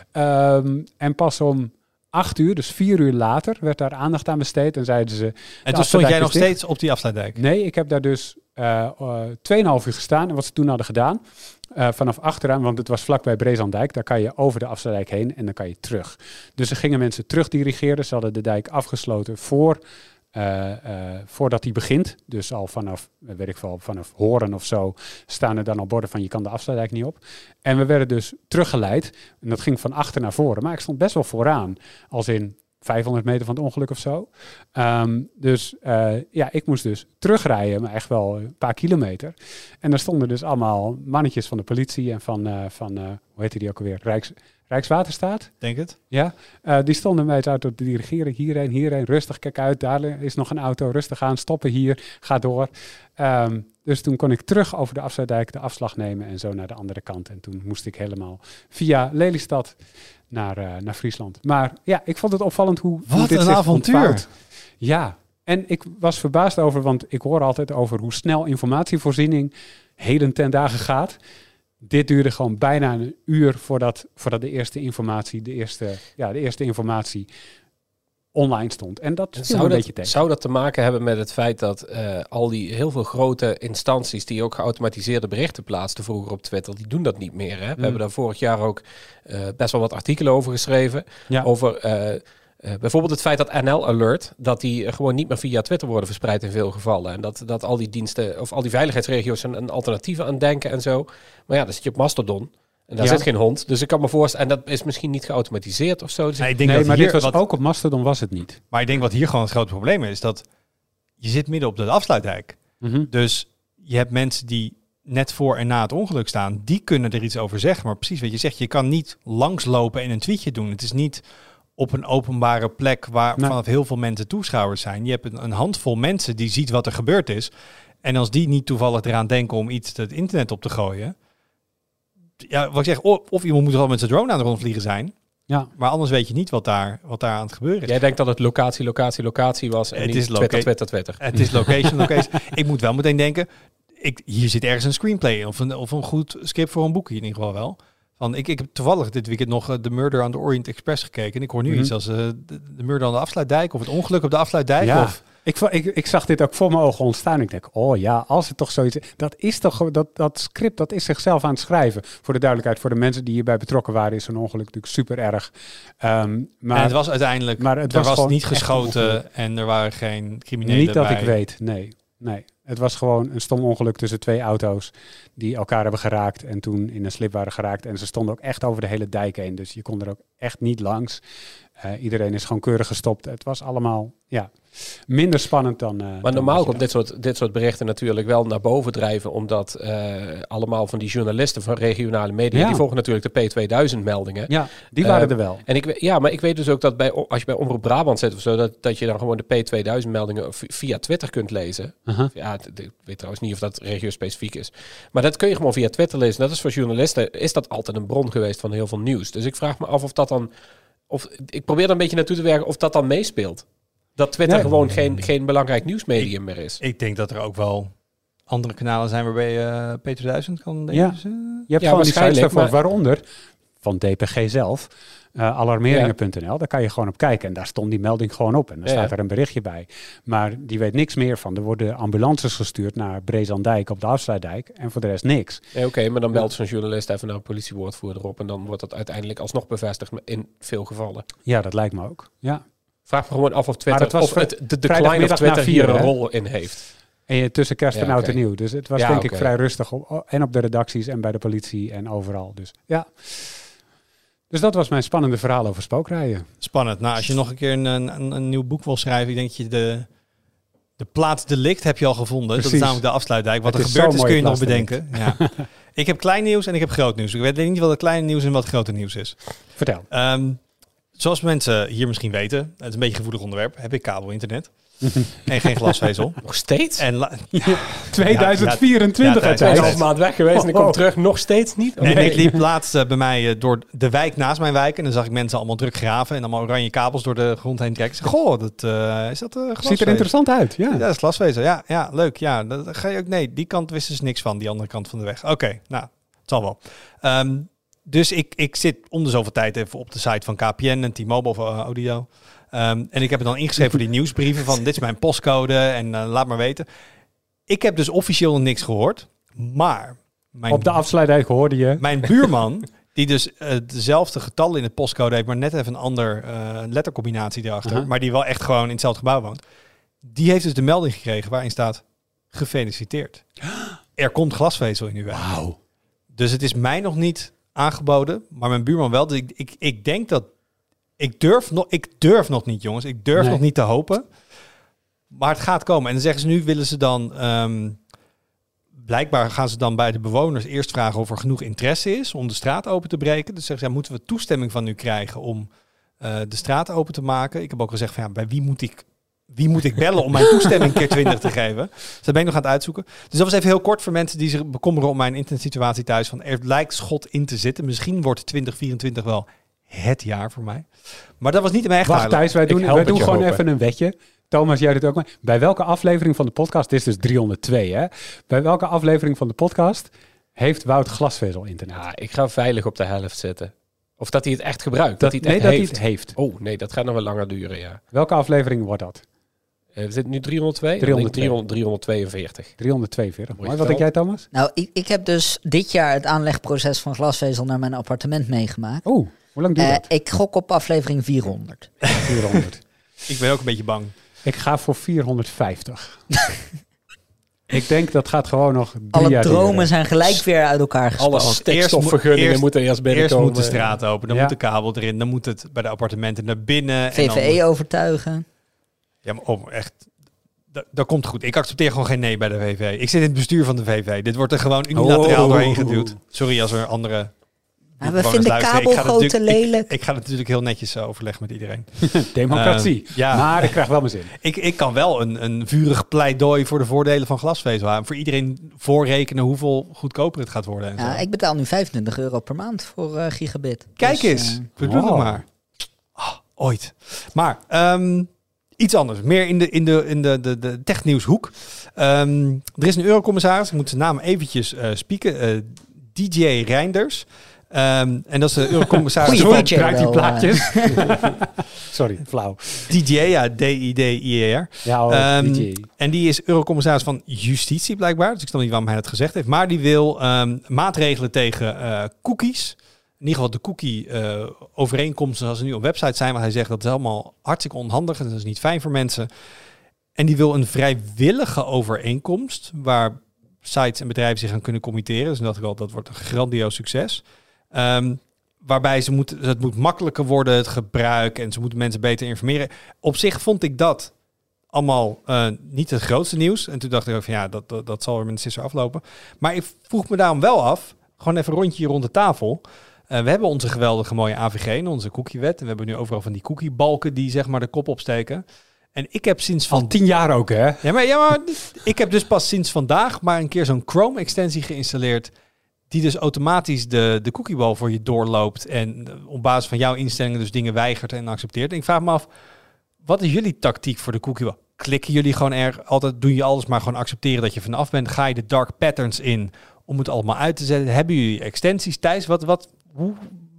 Um, en pas om acht uur, dus vier uur later, werd daar aandacht aan besteed. En zeiden ze... En toen stond jij nog steeds op die afsluitdijk? Nee, ik heb daar dus uh, uh, tweeënhalf uur gestaan. En wat ze toen hadden gedaan, uh, vanaf achteraan, want het was vlakbij Brezandijk, daar kan je over de afsluitdijk heen en dan kan je terug. Dus er gingen mensen terug dirigeren. Ze hadden de dijk afgesloten voor... Uh, uh, voordat die begint, dus al vanaf, weet ik veel, vanaf Horen of zo, staan er dan al borden van je kan de afsluitdijk niet op. En we werden dus teruggeleid. En dat ging van achter naar voren. Maar ik stond best wel vooraan, als in vijfhonderd meter van het ongeluk of zo. Um, dus uh, ja, ik moest dus terugrijden, maar echt wel een paar kilometer. En daar stonden dus allemaal mannetjes van de politie en van, uh, van uh, hoe heette die ook alweer, Rijks... Rijkswaterstaat. Denk het. Ja, uh, die stonden bij het auto te dirigeren. Hierheen, hierheen, rustig, kijk uit. Daar is nog een auto, rustig aan, stoppen hier, ga door. Um, dus toen kon ik terug over de afsluitdijk de afslag nemen en zo naar de andere kant. En toen moest ik helemaal via Lelystad naar, uh, naar Friesland. Maar ja, ik vond het opvallend hoe, hoe Wat dit een zich avontuur. ontvouwt. Ja, en ik was verbaasd over, want ik hoor altijd over hoe snel informatievoorziening heden ten dagen gaat. Dit duurde gewoon bijna een uur voordat, voordat de eerste informatie, de eerste, ja, de eerste informatie online stond. En dat viel Zou een dat, beetje tegen. zou dat te maken hebben met het feit dat uh, al die heel veel grote instanties die ook geautomatiseerde berichten plaatsten vroeger op Twitter, die doen dat niet meer. Hè? We Mm. hebben daar vorig jaar ook uh, best wel wat artikelen over geschreven. Ja. Over uh, uh, bijvoorbeeld het feit dat N L Alert, dat die uh, gewoon niet meer via Twitter worden verspreid in veel gevallen. En dat, dat al die diensten, of al die veiligheidsregio's een, een alternatief aan denken en zo. Maar ja, dan zit je op Mastodon. En daar Ja. zit geen hond. Dus ik kan me voorstellen, en dat is misschien niet geautomatiseerd of zo. Dus Nee, ik denk Nee, dat maar hier dit was wat, ook op Mastodon was het niet. maar ik denk wat hier gewoon het grote probleem is, dat je zit midden op de afsluitdijk. Mm-hmm. Dus je hebt mensen die net voor en na het ongeluk staan, die kunnen er iets over zeggen. Maar precies wat je zegt, je kan niet langslopen en een tweetje doen. Het is niet op een openbare plek waar Nee. vanaf heel veel mensen toeschouwers zijn. Je hebt een, een handvol mensen die ziet wat er gebeurd is. En als die niet toevallig eraan denken om iets het internet op te gooien. Ja, wat ik zeg, of, of iemand moet er al met zijn drone aan de rondvliegen zijn. Ja. Maar anders weet je niet wat daar, wat daar aan het gebeuren is. jij denkt dat het locatie, locatie, locatie was en Het niet is Twitter, loca- Twitter, Twitter. Het is location, location. Ik moet wel meteen denken, ik, hier zit ergens een screenplay in, of een, of een goed script voor een boek in ieder geval wel. Van, ik, ik heb toevallig dit weekend nog uh, The Murder on the Orient Express gekeken. En ik hoor nu Mm-hmm. iets als uh, de, de Murder aan de Afsluitdijk of het ongeluk op de Afsluitdijk. Ja. Of, Ik, vo- ik, ik zag dit ook voor mijn ogen ontstaan. Ik denk, oh ja, als het toch zoiets is. Dat is toch gewoon- dat, dat script, dat is zichzelf aan het schrijven. Voor de duidelijkheid, voor de mensen die hierbij betrokken waren, is zo'n ongeluk natuurlijk super erg. Um, maar en het was uiteindelijk, maar het er was was, gewoon niet echt een geschoten ongeluk. en er waren geen criminelen niet dat bij. ik weet, nee, nee. Het was gewoon een stom ongeluk tussen twee auto's die elkaar hebben geraakt en toen in een slip waren geraakt. En ze stonden ook echt over de hele dijk heen, dus je kon er ook echt niet langs. Uh, iedereen is gewoon keurig gestopt. Het was allemaal, ja, minder spannend dan... Uh, Maar dan normaal wat je komt dit soort, dit soort berichten natuurlijk wel naar boven drijven, omdat uh, allemaal van die journalisten van regionale media, Ja. die volgen natuurlijk de P tweeduizend meldingen. Ja, die waren Uh, er wel. En ik, we- ja, maar ik weet dus ook dat bij, als je bij Omroep Brabant zit of zo, dat, dat je dan gewoon de P tweeduizend meldingen v- via Twitter kunt lezen. Uh-huh. Ja, d- d- ik weet trouwens niet of dat regio-specifiek is. Maar dat kun je gewoon via Twitter lezen. Dat is voor journalisten, is dat altijd een bron geweest van heel veel nieuws. Dus ik vraag me af of dat dan, of ik probeer er een beetje naartoe te werken of dat dan meespeelt. Dat Twitter Nee. gewoon geen, geen belangrijk nieuwsmedium meer is. Ik denk dat er ook wel andere kanalen zijn waarbij je P tweeduizend kan Ja. lezen. Je hebt Ja, gewoon die sites waarschijnlijk, daarvoor, maar- waaronder van D P G zelf, uh, alarmeringen punt n l. Daar kan je gewoon op kijken en daar stond die melding gewoon op. En dan Ja, staat ja. er een berichtje bij. Maar die weet niks meer van. Er worden ambulances gestuurd naar Brezandijk op de Afsluitdijk en voor de rest niks. Ja, Oké, maar dan belt zo'n journalist even naar een politiewoordvoerder op en dan wordt dat uiteindelijk alsnog bevestigd in veel gevallen. Ja, dat lijkt me ook. Ja. Vraag me gewoon af of Twitter, Maar het was of vri- het, de decline of vrijdagmiddag Twitter na vier, hier een hè? rol in heeft. En je tussen kerst en Ja, oud oké. en nieuw. Dus het was Ja, denk oké. ik vrij rustig. Op, en op de redacties en bij de politie en overal. Dus ja. Dus dat was mijn spannende verhaal over spookrijden. Spannend. Nou, als je nog een keer een, een, een nieuw boek wil schrijven, ik denk dat je de, de plaatsdelict heb je al gevonden. Dat Precies. is namelijk de afsluitdijk. Wat Het er is gebeurd zo'n is, kun je nog mooie bedenken. Ja. Ik heb klein nieuws en ik heb groot nieuws. Ik weet niet wat het kleine nieuws en wat het grote nieuws is. Vertel. Ehm, zoals mensen hier misschien weten, het is een beetje een gevoelig onderwerp, heb ik kabelinternet en geen glasvezel. Nog steeds? En la- tweeduizend Ja, vierentwintig ja, uit ja, Tweeënhalf ja. maand weg geweest en ik kom Oh. terug, nog steeds niet? En Nee. ik liep laatst eh, bij mij eh, door de wijk naast mijn wijk. En dan zag ik mensen allemaal druk graven. En allemaal oranje kabels door de grond heen trekken. Ik zeg, goh, dat, eh, is dat uh, glasvezel? Ziet er interessant uit. Ja. Ja, dat is glasvezel. Ja, ja, leuk. Ja, dat ga je ook. Nee, die kant wisten ze niks van. Die andere kant van de weg. Oké, nou, het zal wel. Ehm, dus ik, ik zit om de zoveel tijd even op de site van K P N en T-Mobile of uh, Audio. Um, en ik heb het dan ingeschreven voor die nieuwsbrieven van dit is mijn postcode en uh, laat maar weten. Ik heb dus officieel nog niks gehoord. Maar mijn, Op de afsluitdijk hoorde je. mijn buurman, die dus uh, dezelfde getallen in het postcode heeft, maar net even een ander uh, lettercombinatie erachter. Uh-huh. Maar die wel echt gewoon in hetzelfde gebouw woont. Die heeft dus de melding gekregen waarin staat gefeliciteerd. Er komt glasvezel in uw wijk. Wauw. Dus het is mij nog niet aangeboden, maar mijn buurman wel. Dus ik, ik, ik denk dat... Ik durf, nog, ik durf nog niet, jongens. Ik durf Nee. nog niet te hopen. Maar het gaat komen. En dan zeggen ze nu, willen ze dan... Um, blijkbaar gaan ze dan bij de bewoners eerst vragen of er genoeg interesse is om de straat open te breken. Dus zeggen ze, ja, moeten we toestemming van u krijgen om uh, de straat open te maken? Ik heb ook gezegd van, ja, bij wie moet ik... Wie moet ik bellen om mijn toestemming keer twintig te geven? Dus dat ben ik nog aan het uitzoeken. Dus dat was even heel kort voor mensen die zich bekommeren om mijn internetsituatie thuis. Van er lijkt schot in te zitten. Misschien wordt twintig vierentwintig wel het jaar voor mij. Maar dat was niet in mijn echt Wacht Thijs, wij doen, help wij het doen je gewoon hopen. even een wetje. Thomas, jij doet ook maar. Bij welke aflevering van de podcast, dit is dus driehonderdtwee hè? Bij welke aflevering van de podcast heeft Wout glasvezel internet? Ja, ik ga veilig op de helft zitten. Of dat hij het echt gebruikt. dat, Dat, hij nee, het dat echt hij heeft. het heeft. Oh, nee, dat gaat nog wel langer duren, ja. Welke aflevering wordt dat? Uh, we zitten nu driehonderdtwee? driehonderdtwee. driehonderd, driehonderdtweeënveertig. driehonderdtweeënveertig. Mooi Mooi. Wat denk jij, Thomas? Nou, ik, ik heb dus dit jaar het aanlegproces van glasvezel naar mijn appartement meegemaakt. Oeh, hoe lang duurt Eh, dat? ik gok op aflevering vierhonderd. vierhonderd. Ik ben ook een beetje bang. Ik ga voor vierhonderdvijftig. Ik denk dat gaat gewoon nog drie Alle jaar dromen duren. zijn gelijk weer uit elkaar Alle gespannen. stikstofvergunningen eerst- moeten eerst Eerst binnenkomen. moet de straat open, dan Ja. moet de kabel erin, dan moet het bij de appartementen naar binnen. V en V dan- E overtuigen. Ja, maar oh, echt. Dat, dat komt goed. Ik accepteer gewoon geen nee bij de V V. Ik zit in het bestuur van de V V. Dit wordt er gewoon unilateraal Oh. doorheen geduwd. Sorry als er andere... Maar we bewoners vinden luisteren. Ik ga het kabelgoten natuurlijk- lelijk. Ik, ik ga het natuurlijk heel netjes uh, overleggen met iedereen. Democratie. Uh, ja. Maar ik krijg wel mijn zin. Ik, ik kan wel een, een vurig pleidooi voor de voordelen van glasvezel houden. Voor iedereen voorrekenen hoeveel goedkoper het gaat worden. En zo. Ja, ik betaal nu vijfentwintig euro per maand voor eh, gigabit. Kijk Dus, eens. eh, Bedoel wow. het maar. Ah, ooit. Maar ehm, iets anders. Meer in de, in de, in de, de, de technieuwshoek. Ehm, er is een eurocommissaris. Ik moet zijn naam eventjes uh, spieken. Uh, D J Reinders. Um, en dat is de eurocommissaris Goeie van D J. Draait die wel, plaatjes. Sorry, flauw. D J, ja, D I D I E R. Ja, oh, Um, D J. En die is eurocommissaris van Justitie blijkbaar. Dus ik snap niet waarom hij dat gezegd heeft. Maar die wil um, maatregelen tegen uh, cookies. In ieder geval de cookie uh, overeenkomsten zoals ze nu op websites zijn. Want hij zegt dat is allemaal hartstikke onhandig. En dat is niet fijn voor mensen. En die wil een vrijwillige overeenkomst. Waar sites en bedrijven zich aan kunnen committeren. Dus dat, dat wordt een grandioos succes. Um, waarbij ze moet, het moet makkelijker worden, het gebruik. En ze moeten mensen beter informeren. Op zich vond ik dat allemaal uh, niet het grootste nieuws. En toen dacht ik ook van ja, dat, dat, dat zal er met een sisser aflopen. Maar ik vroeg me daarom wel af, gewoon even een rondje rond de tafel. Uh, we hebben onze geweldige mooie A V G en onze cookiewet. En we hebben nu overal van die cookiebalken die zeg maar de kop opsteken. En ik heb sinds van... Al tien jaar ook, hè? Ja, maar, ja, maar ik heb dus pas sinds vandaag maar een keer zo'n Chrome-extensie geïnstalleerd die dus automatisch de, de cookiebal voor je doorloopt en op basis van jouw instellingen dus dingen weigert en accepteert. En ik vraag me af, wat is jullie tactiek voor de cookiebal? Klikken jullie gewoon er altijd, doen je alles maar gewoon accepteren dat je vanaf bent? Ga je de dark patterns in om het allemaal uit te zetten? Hebben jullie extensies? Thijs, wat, wat, hoe,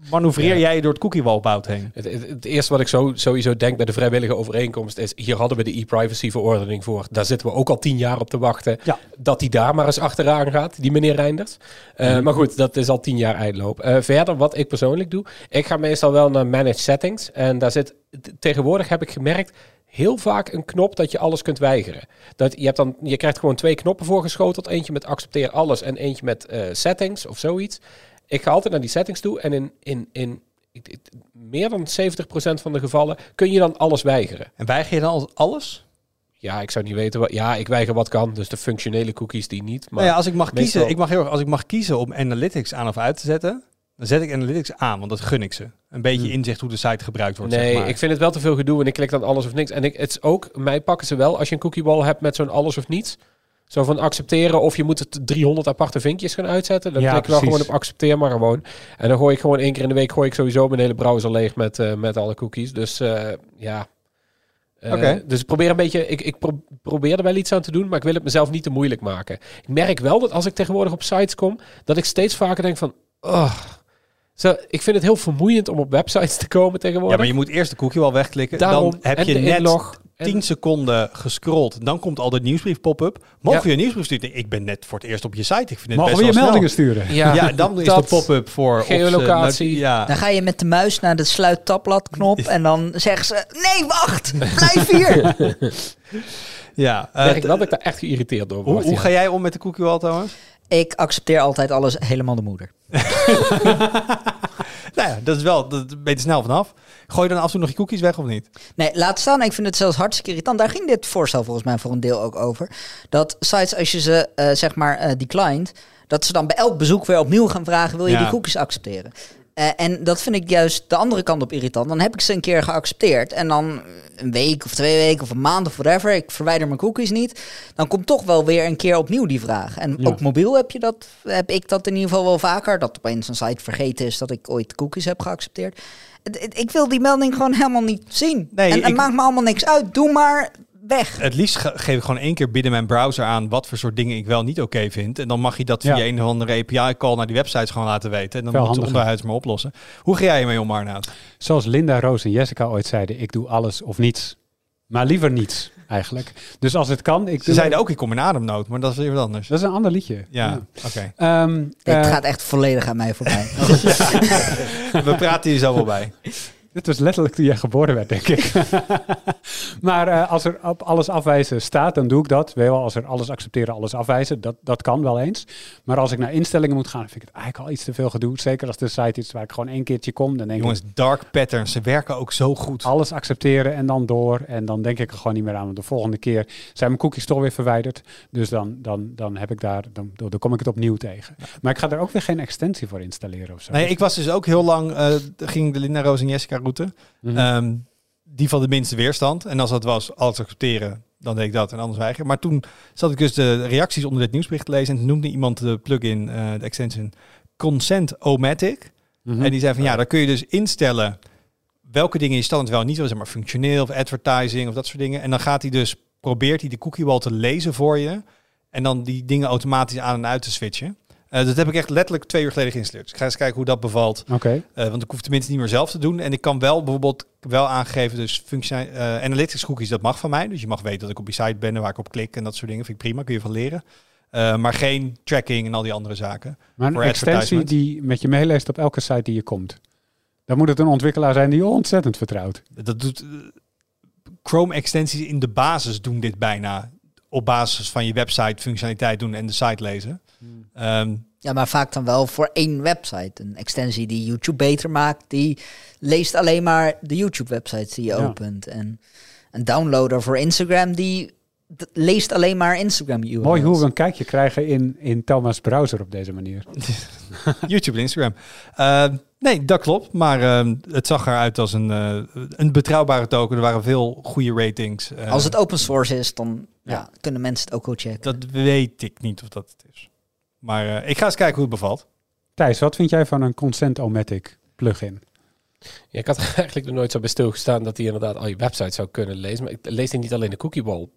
manoeuvreer Ja. jij je door het cookie-walbout heen? Het, het, het eerste wat ik zo, sowieso denk bij de vrijwillige overeenkomst is... hier hadden we de e-privacy-verordening voor. Daar zitten we ook al tien jaar op te wachten. Ja. Dat die daar maar eens achteraan gaat, die meneer Reinders. Uh, Mm-hmm. Maar goed, dat is al tien jaar eindloop. Uh, verder, wat ik persoonlijk doe... ik ga meestal wel naar Manage Settings. En daar zit... t- tegenwoordig heb ik gemerkt... heel vaak een knop dat je alles kunt weigeren. Dat, je, hebt dan, je krijgt gewoon twee knoppen voorgeschoteld. Eentje met accepteer alles en eentje met uh, settings of zoiets. Ik ga altijd naar die settings toe en in, in, in ik, ik, meer dan zeventig procent van de gevallen kun je dan alles weigeren. En weiger je dan al- alles? Ja, ik zou niet weten wat. Ja, ik weiger wat kan. Dus de functionele cookies die niet. Maar Nou ja, als ik mag meestal- kiezen, ik mag heel erg, als ik mag kiezen om Analytics aan of uit te zetten, dan zet ik Analytics aan, want dat gun ik ze. Een beetje Hmm. inzicht hoe de site gebruikt wordt. Nee, zeg maar. ik vind het wel te veel gedoe en ik klik dan alles of niks. En ik, het is ook, mij pakken ze wel als je een cookieball hebt met zo'n alles of niets. Zo van accepteren of je moet het driehonderd aparte vinkjes gaan uitzetten. Dan Ja, klik ik wel precies. gewoon op accepteer maar gewoon. En dan gooi ik gewoon één keer in de week gooi ik sowieso mijn hele browser leeg met, uh, met alle cookies. Dus uh, ja. Uh, Oké. Dus ik probeer een beetje, ik, ik pro- probeer er wel iets aan te doen, maar ik wil het mezelf niet te moeilijk maken. Ik merk wel dat als ik tegenwoordig op sites kom, dat ik steeds vaker denk van, oh, zo, ik vind het heel vermoeiend om op websites te komen tegenwoordig. Ja, maar je moet eerst de cookie wall wegklikken. Daarom, dan heb en je de net inlog. tien En- seconden gescrolld. Dan komt al de nieuwsbrief pop-up. Mogen Ja. we je nieuwsbrief sturen? Ik ben net voor het eerst op je site. Ik vind het Mogen best we je wel meldingen snel. sturen? Ja, Ja, dan is dat- de pop-up voor... of ze- Geolocatie. ja. Dan ga je met de muis naar de sluit-tabbladknop en dan zeggen ze... Nee, wacht! Blijf hier! ja. Ik merk Uh, wel dat ik daar echt geïrriteerd door hoe, word. hoe ja. ga jij om met de cookie wall, Thomas? Ik accepteer altijd alles helemaal de moeder. Nou ja, dat is wel... Dat ben je er snel vanaf. Gooi je dan af en toe nog je cookies weg of niet? Nee, laat staan. Ik vind het zelfs hartstikke irritant. Daar ging dit voorstel volgens mij voor een deel ook over. Dat sites, als je ze uh, zeg maar uh, declined, dat ze dan bij elk bezoek weer opnieuw gaan vragen, wil je Ja. die cookies accepteren? Uh, en dat vind ik juist de andere kant op irritant. Dan heb ik ze een keer geaccepteerd. En dan een week of twee weken of een maand of whatever. Ik verwijder mijn cookies niet. Dan komt toch wel weer een keer opnieuw die vraag. En Ja. ook mobiel heb, je dat, heb ik dat in ieder geval wel vaker. Dat opeens een site vergeten is dat ik ooit cookies heb geaccepteerd. Het- het- Ik wil die melding gewoon helemaal niet zien. Nee, en het ik- maakt me allemaal niks uit. Doe maar weg. Het liefst ge- geef ik gewoon één keer binnen mijn browser aan wat voor soort dingen ik wel niet oké vind. En dan mag je dat via Ja. een of andere A P I-call naar die websites gewoon laten weten. En dan Veel moet het handiger. onderhuids maar oplossen. Hoe ga jij ermee om, Arnoud? Zoals Linda, Roos en Jessica ooit zeiden, ik doe alles of niets. Maar liever niets, eigenlijk. Dus als het kan... Ik Ze doe- zeiden ook, ik kom in ademnood, maar dat is weer wat anders. Dat is een ander liedje. Ja, oké. Ehm, Dit eh, gaat echt volledig aan mij voorbij. We praten hier zo wel bij. Dit was letterlijk toen jij geboren werd, denk ik. maar uh, als er op alles afwijzen staat, dan doe ik dat. Weet je wel, als er alles accepteren, alles afwijzen, dat, dat kan wel eens. Maar als ik naar instellingen moet gaan, vind ik het eigenlijk al iets te veel gedoe. Zeker als de site is waar ik gewoon één keertje kom, dan denk Jongens, ik dark patterns, ze werken ook zo goed. alles accepteren en dan door. En dan denk ik er gewoon niet meer aan. Want de volgende keer zijn mijn cookies toch weer verwijderd. Dus dan, dan, dan heb ik daar, dan, dan kom ik het opnieuw tegen. Maar ik ga er ook weer geen extensie voor installeren of zo. Nee, ik was dus ook heel lang, uh, ging de Linda, Roos en Jessica route. Mhm. Um, die van de minste weerstand. En als dat was, alles accepteren, dan deed ik dat en anders weigeren. Maar toen zat ik dus de reacties onder dit nieuwsbericht te lezen. En toen noemde iemand de plugin, uh, de extension Consent-O-Matic. Mhm. En die zei van ja, daar kun je dus instellen welke dingen je standaard wel niet wil, zeg maar functioneel of advertising of dat soort dingen. En dan gaat hij dus, probeert hij de cookie wall te lezen voor je. En dan die dingen automatisch aan en uit te switchen. Uh, dat heb ik echt letterlijk twee uur geleden geïnstalleerd. Dus ik ga eens kijken hoe dat bevalt. Oké. Okay. Uh, want ik hoef tenminste niet meer zelf te doen. En ik kan wel bijvoorbeeld wel aangegeven, dus functie, uh, analytics cookies, dat mag van mij. Dus je mag weten dat ik op die site ben en waar ik op klik en dat soort dingen. Vind ik prima, kun je van leren. Uh, maar geen tracking en al die andere zaken. Maar een voor extensie die met je meeleest op elke site die je komt. Dan moet het een ontwikkelaar zijn die je ontzettend vertrouwt. Dat doet uh, Chrome extensies in de basis doen dit bijna. Op basis van je website functionaliteit doen en de site lezen. Hmm. Um, Ja, maar vaak dan wel voor één website. Een extensie die YouTube beter maakt, die leest alleen maar de YouTube-websites die je ja. opent. En een downloader voor Instagram, die d- leest alleen maar Instagram-U R L's. Mooi hoe we een kijkje krijgen in, in Thomas' browser op deze manier. YouTube en Instagram. Uh, nee, dat klopt. Maar uh, het zag eruit als een, uh, een betrouwbare token. Er waren veel goede ratings. Uh, als het open source is, dan ja. Ja, kunnen mensen het ook wel checken. Dat weet ik niet of dat het is. Maar uh, ik ga eens kijken hoe het bevalt. Thijs, wat vind jij van een Consent-O-Matic plugin? Ja, ik had er eigenlijk nog nooit zo bij stilgestaan dat hij inderdaad al je website zou kunnen lezen. Maar ik lees hij niet alleen de cookieball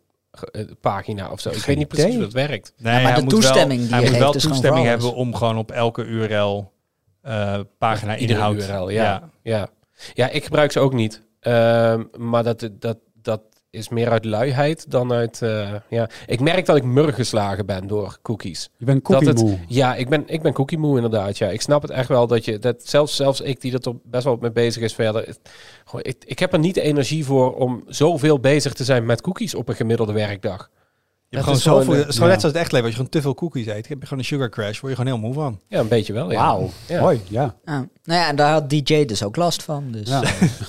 pagina of zo. Ik Geen weet niet precies idee. hoe dat werkt. Nee, ja, maar hij de moet toestemming wel, die hij je moet geeft wel is toestemming gewoon hebben om gewoon op elke U R L uh, pagina Iedere inhoud. U R L, ja. Ja. ja. Ja, ik gebruik ze ook niet. Uh, maar dat, dat, dat is meer uit luiheid dan uit... Uh, ja. Ik merk dat ik mur geslagen ben door cookies. Je bent cookie het, moe. Ja, ik ben, ik ben cookie moe inderdaad. Ja. Ik snap het echt wel dat je... Dat zelfs, zelfs ik die er toch best wel mee bezig is verder... Het, gewoon, ik, ik heb er niet de energie voor om zoveel bezig te zijn met cookies op een gemiddelde werkdag. Je hebt gewoon zoveel... Het is gewoon ja. net zoals het echt leven. Als je gewoon te veel cookies eet, heb je gewoon een sugar crash. Word je gewoon heel moe van. Ja, een beetje wel. Ja. Wauw, ja. mooi, ja. Ah, nou ja, en daar had D J dus ook last van. Dus. ja.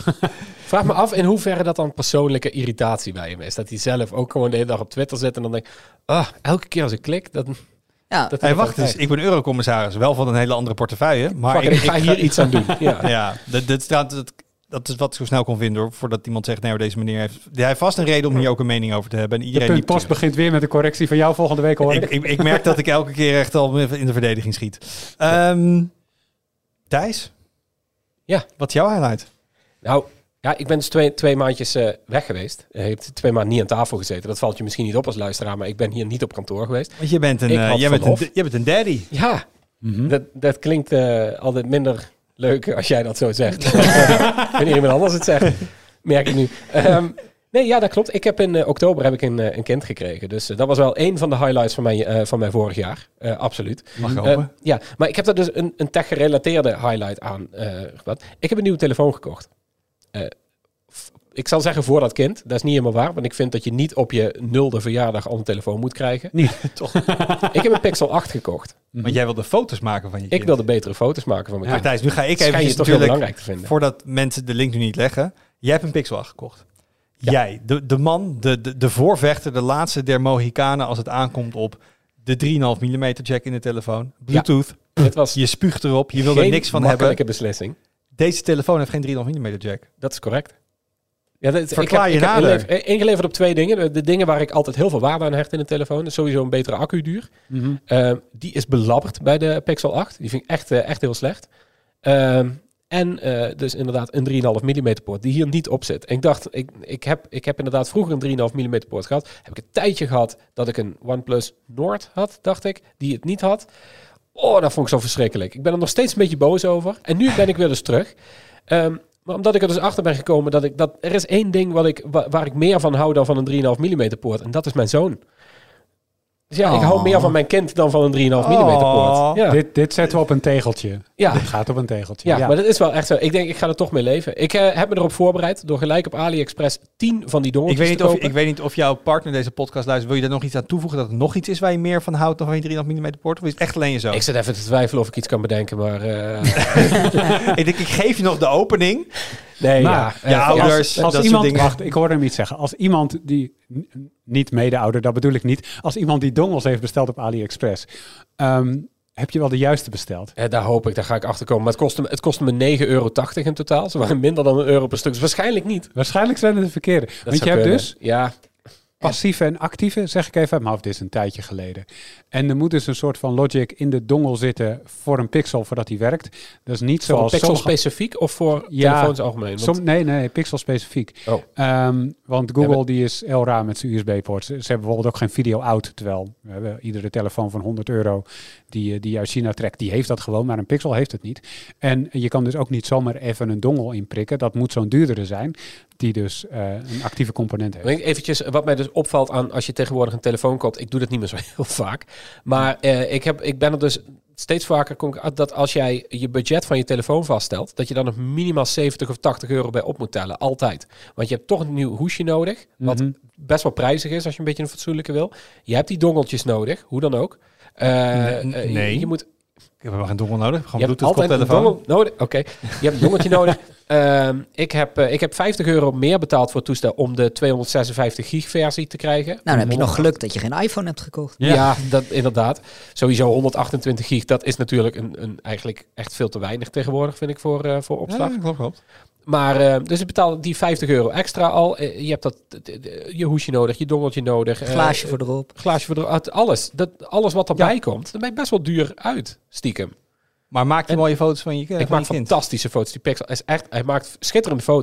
Vraag me af in hoeverre dat dan persoonlijke irritatie bij hem is. Dat hij zelf ook gewoon de hele dag op Twitter zit en dan denkt... Ah, elke keer als ik klik, dat... Ja. dat Hey, wacht eens, ik ben eurocommissaris. Wel van een hele andere portefeuille. Maar Fuck, ik, ik ga ik hier iets aan doen. Ja. Ja, dat, dat, dat, dat, dat is wat ik zo snel kon vinden, hoor, voordat iemand zegt, nee, deze meneer heeft... Hij heeft vast een reden om hier ook een mening over te hebben. En De iedereen die puntpost begint weer met de correctie van jou volgende week, hoor ik, ik, ik merk dat ik elke keer echt al in de verdediging schiet. Um, Thijs? Ja. Wat is jouw highlight? Nou, ja, ik ben dus twee, twee maandjes uh, weg geweest. Ik heb twee maanden niet aan tafel gezeten. Dat valt je misschien niet op als luisteraar, maar ik ben hier niet op kantoor geweest. Want je bent een, uh, jij bent een, jij bent een daddy. Ja, mm-hmm. dat, dat klinkt uh, altijd minder leuk als jij dat zo zegt. Wanneer iemand anders het zegt, merk ik nu. Um, nee, ja, dat klopt. Ik heb in uh, oktober heb ik een, uh, een kind gekregen. Dus uh, dat was wel een van de highlights van mijn, uh, van mijn vorig jaar. Uh, absoluut. Mag ik hopen? Uh, ja, maar ik heb daar dus een, een tech-gerelateerde highlight aan uh, gehad. Ik heb een nieuwe telefoon gekocht. Uh, f- ik zal zeggen voor dat kind. Dat is niet helemaal waar. Want ik vind dat je niet op je nulde verjaardag al een telefoon moet krijgen. Nee, toch. Ik heb een Pixel acht gekocht. Want jij wilde foto's maken van je kind. Ik wilde betere foto's maken van mijn Ja, kind. Thijs, nu ga ik Schijn even je toch heel natuurlijk, belangrijk te vinden. voordat mensen de link nu niet leggen. Jij hebt een Pixel acht gekocht. Ja. Jij, de, de man, de, de, de voorvechter, de laatste der Mohikanen als het aankomt op de drie komma vijf millimeter jack in de telefoon. Bluetooth. Ja, dit was Je spuugt erop. Je wil er niks van hebben. makkelijke beslissing. Deze telefoon heeft geen drie komma vijf millimeter jack. Dat is correct. Ja, dat, Verklaar ik je heb, ik nader. heb ingeleverd, ingeleverd op twee dingen. De, de dingen waar ik altijd heel veel waarde aan hecht in een telefoon. Is sowieso een betere accuduur. Mm-hmm. Uh, die is belabberd bij de Pixel acht. Die vind ik echt, uh, echt heel slecht. Uh, en uh, dus inderdaad een drie komma vijf millimeter poort die hier niet op zit. En ik dacht, ik, ik, heb, ik heb inderdaad vroeger een drie komma vijf millimeter poort gehad. Heb ik een tijdje gehad dat ik een OnePlus Nord had, dacht ik. Die het niet had. Oh, dat vond ik zo verschrikkelijk. Ik ben er nog steeds een beetje boos over. En nu ben ik weer dus terug. Um, Maar omdat ik er dus achter ben gekomen dat ik dat er is één ding wat ik, wa, waar ik meer van hou dan van een drie komma vijf millimeter poort. En dat is mijn zoon. Dus ja, oh. ik hou meer van mijn kind dan van een drie komma vijf millimeter poort. Ja. Dit, dit zetten we op een tegeltje. Ja. Dit gaat op een tegeltje. Ja, ja, maar dat is wel echt zo. Ik denk, ik ga er toch mee leven. Ik uh, heb me erop voorbereid door gelijk op AliExpress tien van die dongeltjes ik weet niet te of, kopen. Ik weet niet of jouw partner deze podcast luistert. Wil je daar nog iets aan toevoegen dat er nog iets is waar je meer van houdt dan van je drie komma vijf millimeter poort? Of is het echt alleen je zoon? Ik zit even te twijfelen of ik iets kan bedenken, maar... Uh... ik denk, ik geef je nog de opening. Nee, maar, ja. ja Uh, ouders, als, als dat iemand, soort dingen. wacht, ik hoorde hem iets zeggen. Als iemand die, n- niet mede-ouder, dat bedoel ik niet. Als iemand die dongels heeft besteld op AliExpress, um, heb je wel de juiste besteld? Uh, daar hoop ik, daar ga ik achter komen. Maar het kostte, het kostte me negen euro tachtig in totaal. Ze waren minder dan een euro per stuk. Dus waarschijnlijk niet. Waarschijnlijk zijn het de verkeerde. Dat Want je hebt kunnen. dus... Ja. Passieve en actieve, zeg ik even uit mijn hoofd, dit is een tijdje geleden. En er moet dus een soort van logic in de dongel zitten voor een pixel voordat die werkt. Dat is niet voor zoals... een pixel sommige... specifiek of voor ja, telefoons algemeen? Want... Som, nee, nee, pixel specifiek. Oh. Um, want Google ja, maar... die is heel raar met zijn U S B-poort. Ze, ze hebben bijvoorbeeld ook geen video out. Terwijl we hebben iedere telefoon van honderd euro die, die je uit China trekt, die heeft dat gewoon. Maar een pixel heeft het niet. En je kan dus ook niet zomaar even een dongel inprikken. Dat moet zo'n duurdere zijn. Die dus uh, een actieve component heeft. Eventjes, wat mij dus opvalt aan als je tegenwoordig een telefoon koopt. Ik doe dat niet meer zo heel vaak. Maar uh, ik, heb, ik ben er dus steeds vaker kom ik, dat als jij je budget van je telefoon vaststelt, dat je dan nog minimaal zeventig of tachtig euro bij op moet tellen. Altijd. Want je hebt toch een nieuw hoesje nodig. Wat mm-hmm. best wel prijzig is als je een beetje een fatsoenlijke wil. Je hebt die dongeltjes nodig. Hoe dan ook. Uh, nee. Uh, nee. Je, je moet... Ik heb wel geen dongel nodig. Gewoon je hebt Bluetooth altijd een dongel nodig. Oké, okay. Je hebt een dongeltje nodig. Uh, ik, heb, uh, ik heb vijftig euro meer betaald voor het toestel om de tweehonderdzesenvijftig gig versie te krijgen. Nou, dan heb je nog geluk dat je geen iPhone hebt gekocht. Ja, ja dat, inderdaad. Sowieso honderdachtentwintig gig, dat is natuurlijk een, een, eigenlijk echt veel te weinig tegenwoordig, vind ik, voor, uh, voor opslag. Ja, klopt, klopt. Maar, uh, dus ik betaal die vijftig euro extra al. Uh, je hebt dat, d- d- je hoesje nodig, je dongeltje nodig. Glaasje uh, voor erop. Glaasje voor erop. Alles. Dat, alles wat erbij ja. komt, dan ben je best wel duur uit, stiekem. Maar maak je en mooie foto's van je, uh, Ik van maak je kind? fantastische foto's. Die Pixel is echt, hij maakt schitterende foto's.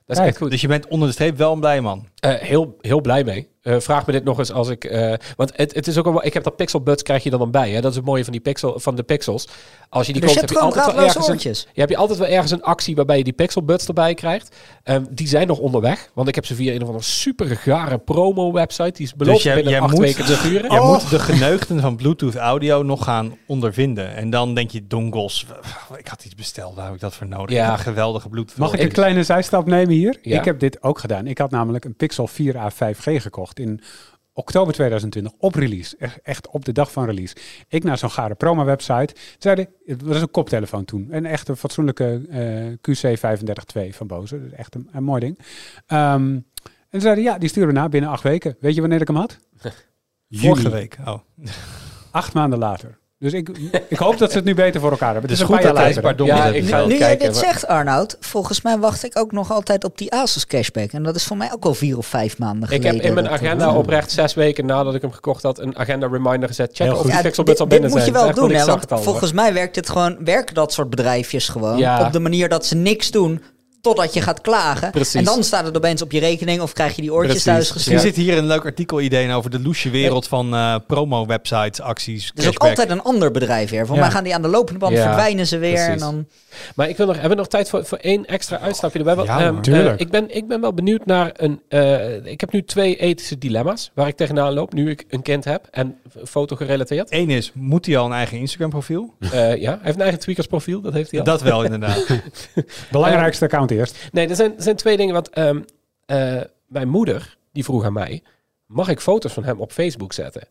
Dat is Kijk, echt goed. Dus je bent onder de streep wel een blij man. Uh, heel, heel blij mee. Uh, vraag me dit nog eens als ik... Uh, want het, het is ook al, ik heb dat Pixel Buds krijg je dan, dan bij. Hè? Dat is het mooie van, die pixel, van de Pixels. Als je die dus koopt, je heb hebt je gewoon altijd wel draadloze ergens een, oortjes. je hebt je altijd wel ergens een actie waarbij je die Pixel Buds erbij krijgt. Um, die zijn nog onderweg. Want ik heb ze via een of andere super gare promo-website. Die is beloofd Dus jij- binnen jij acht moet- weken te sturen. Je Oh. moet de geneugten van Bluetooth audio nog gaan ondervinden. En dan denk je, dongles. Ik had iets besteld, waar heb ik dat voor nodig? Ja. Ik heb een geweldige Bluetooth. Mag ik Ik- een kleine zijstap nemen hier? Ja. Ik heb dit ook gedaan. Ik had namelijk een Pixel vier a vijf G gekocht in oktober tweeduizend twintig op release. Echt, echt op de dag van release. Ik naar zo'n gare promo-website. Zeiden, het was een koptelefoon toen. Een echte fatsoenlijke uh, Q C vijfendertig twee van Bose. Dus echt een, een mooi ding. Um, en zeiden, ja, die sturen we na binnen acht weken. Weet je wanneer ik hem had? Vorige Juni. week. Oh. Acht maanden later. Dus ik, ik hoop dat ze het nu beter voor elkaar hebben. Dus Het is goed een paar dat jaar hij later. een paar Ja, dongles ik hebt. ga Nu kijken, jij dit maar- zegt, Arnoud, volgens mij wacht ik ook nog altijd op die Asus cashback. En dat is voor mij ook al vier of vijf maanden Ik geleden. heb in mijn dat- agenda Ja. oprecht zes weken nadat ik hem gekocht had een agenda reminder gezet. Check Heel of goed. die Ja, Pixel dit, Buds al dit binnen moet zijn. je wel Echt, want doen, ik hè? zag Want het al, hoor. volgens mij werkt het gewoon, werken dat soort bedrijfjes gewoon Ja. op de manier dat ze niks doen totdat je gaat klagen. Precies. En dan staat het opeens op je rekening of krijg je die oortjes Precies. thuis Er gestuurd. zit hier een leuk artikel idee over de loesje wereld van eh, promo-websites, acties, Er is ook cashback. altijd een ander bedrijf weer. Voor Ja. mij gaan die aan de lopende band, Ja, verdwijnen ze weer. En precies. dan... Maar ik wil nog, hebben we nog tijd voor, voor één extra uitstapje? We hebben, Ja, ehm, hoor. Tuurlijk. eh, ik, ben, ik ben wel benieuwd naar een... eh, ik heb nu twee ethische dilemma's waar ik tegenaan loop, nu ik een kind heb en f- foto gerelateerd. Eén is, moet hij al een eigen Instagram profiel? Eh, ja, hij heeft een eigen tweakers profiel, dat heeft hij al. Dat wel inderdaad. Belangrijkste account eerst. Nee, er zijn, er zijn twee dingen. Want ehm, eh, mijn moeder, die vroeg aan mij, mag ik foto's van hem op Facebook zetten?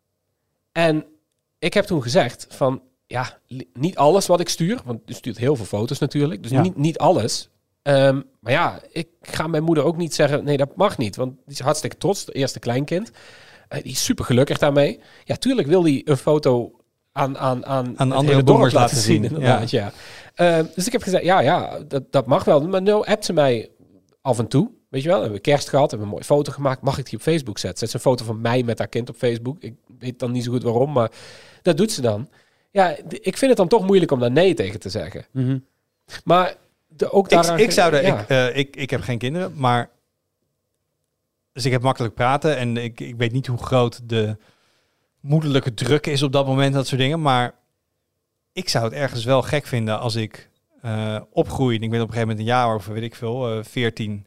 En ik heb toen gezegd van, ja, li- niet alles wat ik stuur, want je stuurt heel veel foto's natuurlijk, dus Ja. niet, niet alles. Ehm, maar ja, ik ga mijn moeder ook niet zeggen, nee, dat mag niet, want die is hartstikke trots, de eerste kleinkind. Uh, die is super gelukkig daarmee. Ja, tuurlijk wil hij een foto aan, aan, aan, het andere hele dorp boomers laten zien, inderdaad, ja. Uh, dus ik heb gezegd, ja, ja, dat, dat mag wel. Maar nu appt ze mij af en toe, weet je wel. We hebben kerst gehad, hebben een mooie foto gemaakt. Mag ik die op Facebook zetten? Zet ze een foto van mij met haar kind op Facebook. Ik weet dan niet zo goed waarom, maar dat doet ze dan. Ja, d- ik vind het dan toch moeilijk om daar nee tegen te zeggen. Mhm. Maar de, ook ik, daar... ik, zou er, ja. ik, eh, ik, ik heb geen kinderen, maar... Dus ik heb makkelijk praten en ik, ik weet niet hoe groot de moederlijke druk is op dat moment, dat soort dingen. Maar ik zou het ergens wel gek vinden als ik uh, opgroei. En ik ben op een gegeven moment een jaar of weet ik veel, uh, veertien.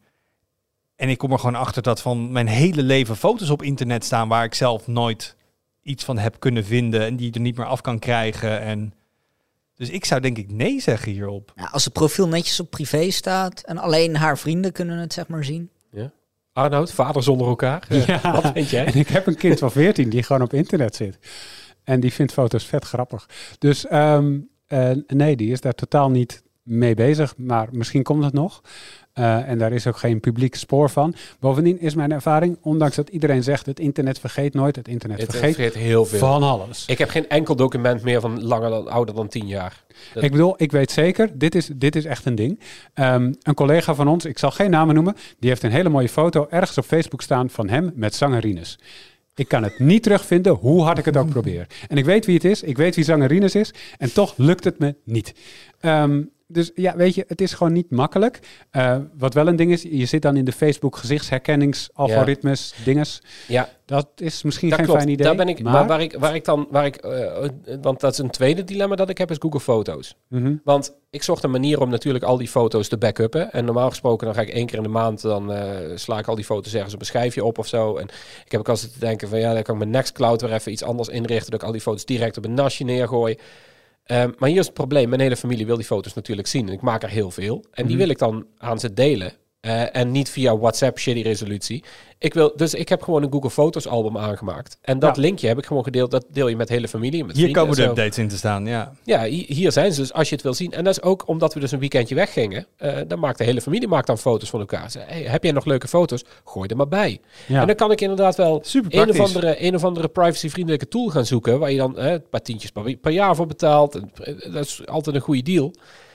En ik kom er gewoon achter dat van mijn hele leven foto's op internet staan waar ik zelf nooit iets van heb kunnen vinden en die ik er niet meer af kan krijgen. En dus ik zou denk ik nee zeggen hierop. Ja, als het profiel netjes op privé staat en alleen haar vrienden kunnen het zeg maar zien. Arnoud, vader zonder elkaar. Uh, Ja. Wat vind jij? En ik heb een kind van veertien die gewoon op internet zit. En die vindt foto's vet grappig. Dus um, uh, nee, die is daar totaal niet mee bezig. Maar misschien komt het nog. Uh, en daar is ook geen publiek spoor van. Bovendien is mijn ervaring, ondanks dat iedereen zegt het internet vergeet nooit. Het internet Het vergeet vergeet heel veel. van alles. Ik heb geen enkel document meer van langer dan ouder dan tien jaar. Dat... Ik bedoel, ik weet zeker, dit is, dit is echt een ding. Um, een collega van ons, ik zal geen namen noemen, die heeft een hele mooie foto ergens op Facebook staan van hem met zangerines. Ik kan het niet terugvinden, hoe hard ik het ook probeer. En ik weet wie het is, ik weet wie zangerines is, en toch lukt het me niet. Um, Dus ja, weet je, het is gewoon niet makkelijk. Uh, wat wel een ding is, je zit dan in de Facebook gezichtsherkenningsalgoritmes, ja. dinges. Ja. Dat is misschien dat geen klopt. fijn idee. Daar ben ik, maar, maar waar ik, waar ik dan, waar ik, uh, want dat is een tweede dilemma dat ik heb, is Google Foto's. Mm-hmm. Want ik zocht een manier om natuurlijk al die foto's te backuppen. En normaal gesproken dan ga ik één keer in de maand, dan uh, sla ik al die foto's ergens op een schijfje op of zo. En ik heb ook altijd te denken van ja, dan kan ik mijn Nextcloud weer even iets anders inrichten, dat ik al die foto's direct op een nasje neergooi. Um, maar hier is het probleem. Mijn hele familie wil die foto's natuurlijk zien. En ik maak er heel veel. En die Mm-hmm. wil ik dan aan ze delen. Uh, en niet via WhatsApp shitty resolutie. Ik wil, dus ik heb gewoon een Google Foto's album aangemaakt. En dat ja. linkje heb ik gewoon gedeeld. Dat deel je met hele familie. Met hier komen de zo. updates in te staan, ja. Ja, hier zijn ze dus als je het wil zien. En dat is ook omdat we dus een weekendje weggingen. Uh, dan maakt de hele familie maakt dan foto's van elkaar. Ze, hey, heb jij nog leuke foto's? Gooi er maar bij. Ja. En dan kan ik inderdaad wel Super een of, praktisch. andere, een of andere privacyvriendelijke tool gaan zoeken. Waar je dan eh, een paar tientjes per, per jaar voor betaalt. En, uh, dat is altijd een goede deal.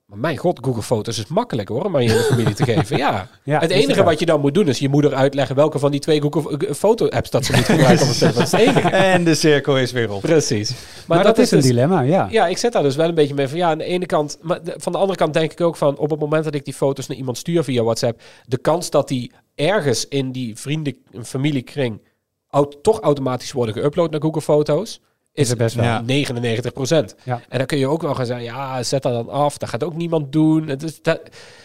Maar mijn god, Google Foto's is makkelijk hoor, om aan je hele familie te geven. Ja. Ja, het is enige het wat je dan moet doen is je moeder uitleggen welke van die twee Google Foto-apps dat ze moet gebruiken op de telefoon. Dat is het enige. En de cirkel is weer op. Precies. Maar, Maar, dat, is een dus, dilemma, ja. Ja, ik zit daar dus wel een beetje mee van, ja, aan de ene kant, maar de- van de andere kant denk ik ook van, op het moment dat ik die foto's naar iemand stuur via WhatsApp, de kans dat die ergens in die vrienden- en familiekring au- toch automatisch worden geüpload naar Google Foto's, is er best wel. Ja. negenennegentig procent. Ja. En dan kun je ook wel gaan zeggen, ja, zet dat dan af, dat gaat ook niemand doen. Het is, dat,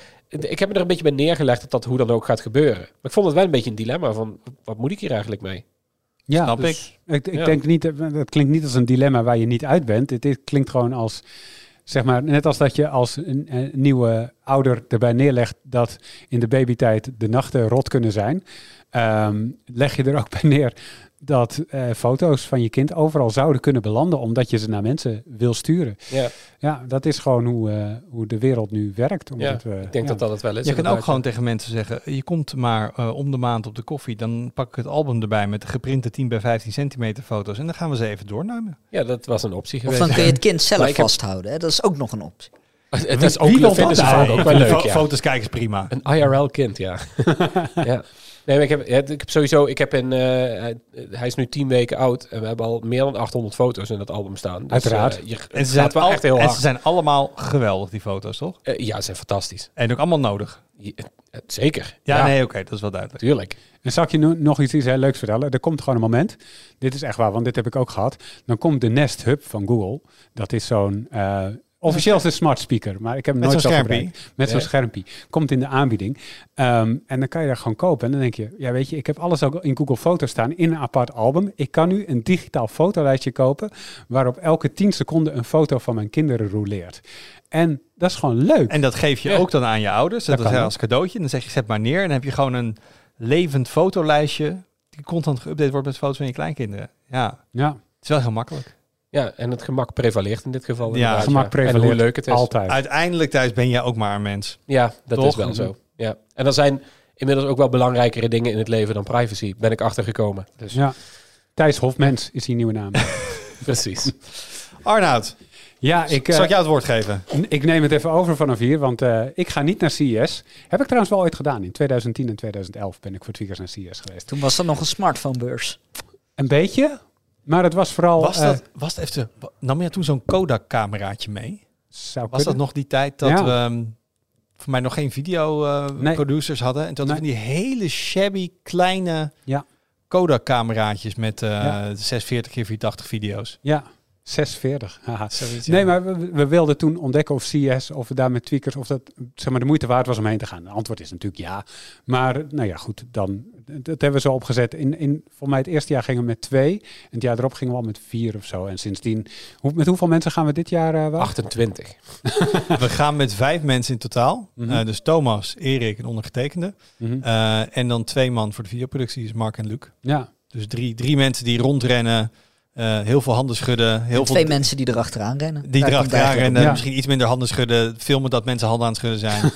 ik heb me er een beetje bij neergelegd dat dat hoe dan ook gaat gebeuren. Maar ik vond het wel een beetje een dilemma van, wat moet ik hier eigenlijk mee? Ja, Snap dus ik. Ik Ja. denk niet, het klinkt niet als een dilemma waar je niet uit bent. Het is- klinkt gewoon als, zeg maar, net als dat je als een, een nieuwe ouder erbij neerlegt dat in de babytijd de nachten rot kunnen zijn. Ehm, leg je er ook bij neer dat eh, foto's van je kind overal zouden kunnen belanden omdat je ze naar mensen wil sturen. Ja, Ja, dat is gewoon hoe, eh, hoe de wereld nu werkt. ja Omdat we, ik denk ja. dat dat het wel is. Je kan ook inderdaad, gewoon ja. tegen mensen zeggen, je komt maar uh, om de maand op de koffie, dan pak ik het album erbij met de geprinte tien bij vijftien centimeter foto's en dan gaan we ze even doornemen. Ja, dat was een optie Of geweest. dan kun je het kind zelf Maar ik heb- vasthouden. Hè? Dat is ook nog een optie. Het is ook Wie wil leuk, vinden dat ze nou? vaak ook wel leuk, Fo- ja. Foto's kijken is prima. Een I R L-kind, ja. ja. Nee, maar ik heb, ja, ik heb sowieso, ik heb in, uh, hij, hij is nu tien weken oud en we hebben al meer dan achthonderd foto's in dat album staan. Dus, Uiteraard. Uh, je, En het ze, zijn gaat wel al- echt heel en hard. ze zijn allemaal geweldig, die foto's, toch? Uh, ja, ze zijn fantastisch. En ook allemaal nodig. Je- uh, zeker. Ja, nee, oké, dat is wel duidelijk. Tuurlijk. En zal ik je nu nog iets, iets heel leuks vertellen? Er komt gewoon een moment, dit is echt waar, want dit heb ik ook gehad. Dan komt de Nest Hub van Google. Dat is zo'n, uh, officieel is het een smart speaker, maar ik heb hem Met nooit zo'n zo schermpje? gebruikt. Met zo'n Ja. schermpje. Komt in de aanbieding. Um, en dan kan je daar gewoon kopen. En dan denk je, ja weet je, ik heb alles ook in Google Foto's staan in een apart album. Ik kan nu een digitaal fotolijstje kopen, waarop elke tien seconden een foto van mijn kinderen rouleert. En dat is gewoon leuk. En dat geef je Ja. ook dan aan je ouders. Dat, Dat is kan als cadeautje. Dan zeg je, zet maar neer. En dan heb je gewoon een levend fotolijstje die constant geüpdate wordt met foto's van je kleinkinderen. Ja, ja, het is wel heel makkelijk. Ja, en het gemak prevaleert in dit geval. Ja, inderdaad, gemak En prevaleert hoe leuk het is. altijd. Uiteindelijk thuis ben jij ook maar een mens. Ja, dat Toch? is wel zo. Ja. En er zijn inmiddels ook wel belangrijkere dingen in het leven dan privacy. Ben ik achtergekomen. Dus Ja. Thijs Hofmens is die nieuwe naam. precies. Arnoud, Ja, ik, uh, zal ik jou het woord geven? ik neem het even over vanaf hier, want uh, ik ga niet naar C E S. Heb ik trouwens wel ooit gedaan. In twintig tien en twintig elf ben ik voor twee keer naar C E S geweest. Toen was er nog een smartphonebeurs. Een beetje, maar het was vooral... Was uh, dat, was het even, nam je toen zo'n Kodak-cameraatje mee? zou Was dat kunnen. nog die tijd dat Ja. we um, voor mij nog geen video uh, Nee. producers hadden? En toen hadden we die hele shabby, kleine Ja. Kodak-cameraatjes met uh, Ja. zesenveertig keer vierentachtig video's. Ja, zesveertig. Haha. Zoiets, Nee, ja. maar we, we wilden toen ontdekken of C E S, of we daar met tweakers, of dat zeg maar, de moeite waard was om heen te gaan. Het antwoord is natuurlijk ja. Maar nou ja, goed, dan, dat hebben we zo opgezet. In, in, voor mij het eerste jaar gingen we met twee. En het jaar erop gingen we al met vier of zo. En sindsdien, hoe, met hoeveel mensen gaan we dit jaar? Uh, achtentwintig. We gaan met vijf mensen in totaal. Mhm. Uh, dus Thomas, Erik en ondergetekende. Mm-hmm. Uh, en dan twee man voor de videoproductie is Mark en Luc. Ja, Dus drie, drie mensen die rondrennen. Uh, heel veel handen schudden. Heel En veel twee mensen die erachteraan rennen. Die Daar komt erachteraan eigenlijk rennen. Ja. Misschien iets minder handen schudden. Filmen dat mensen handen aan het schudden zijn.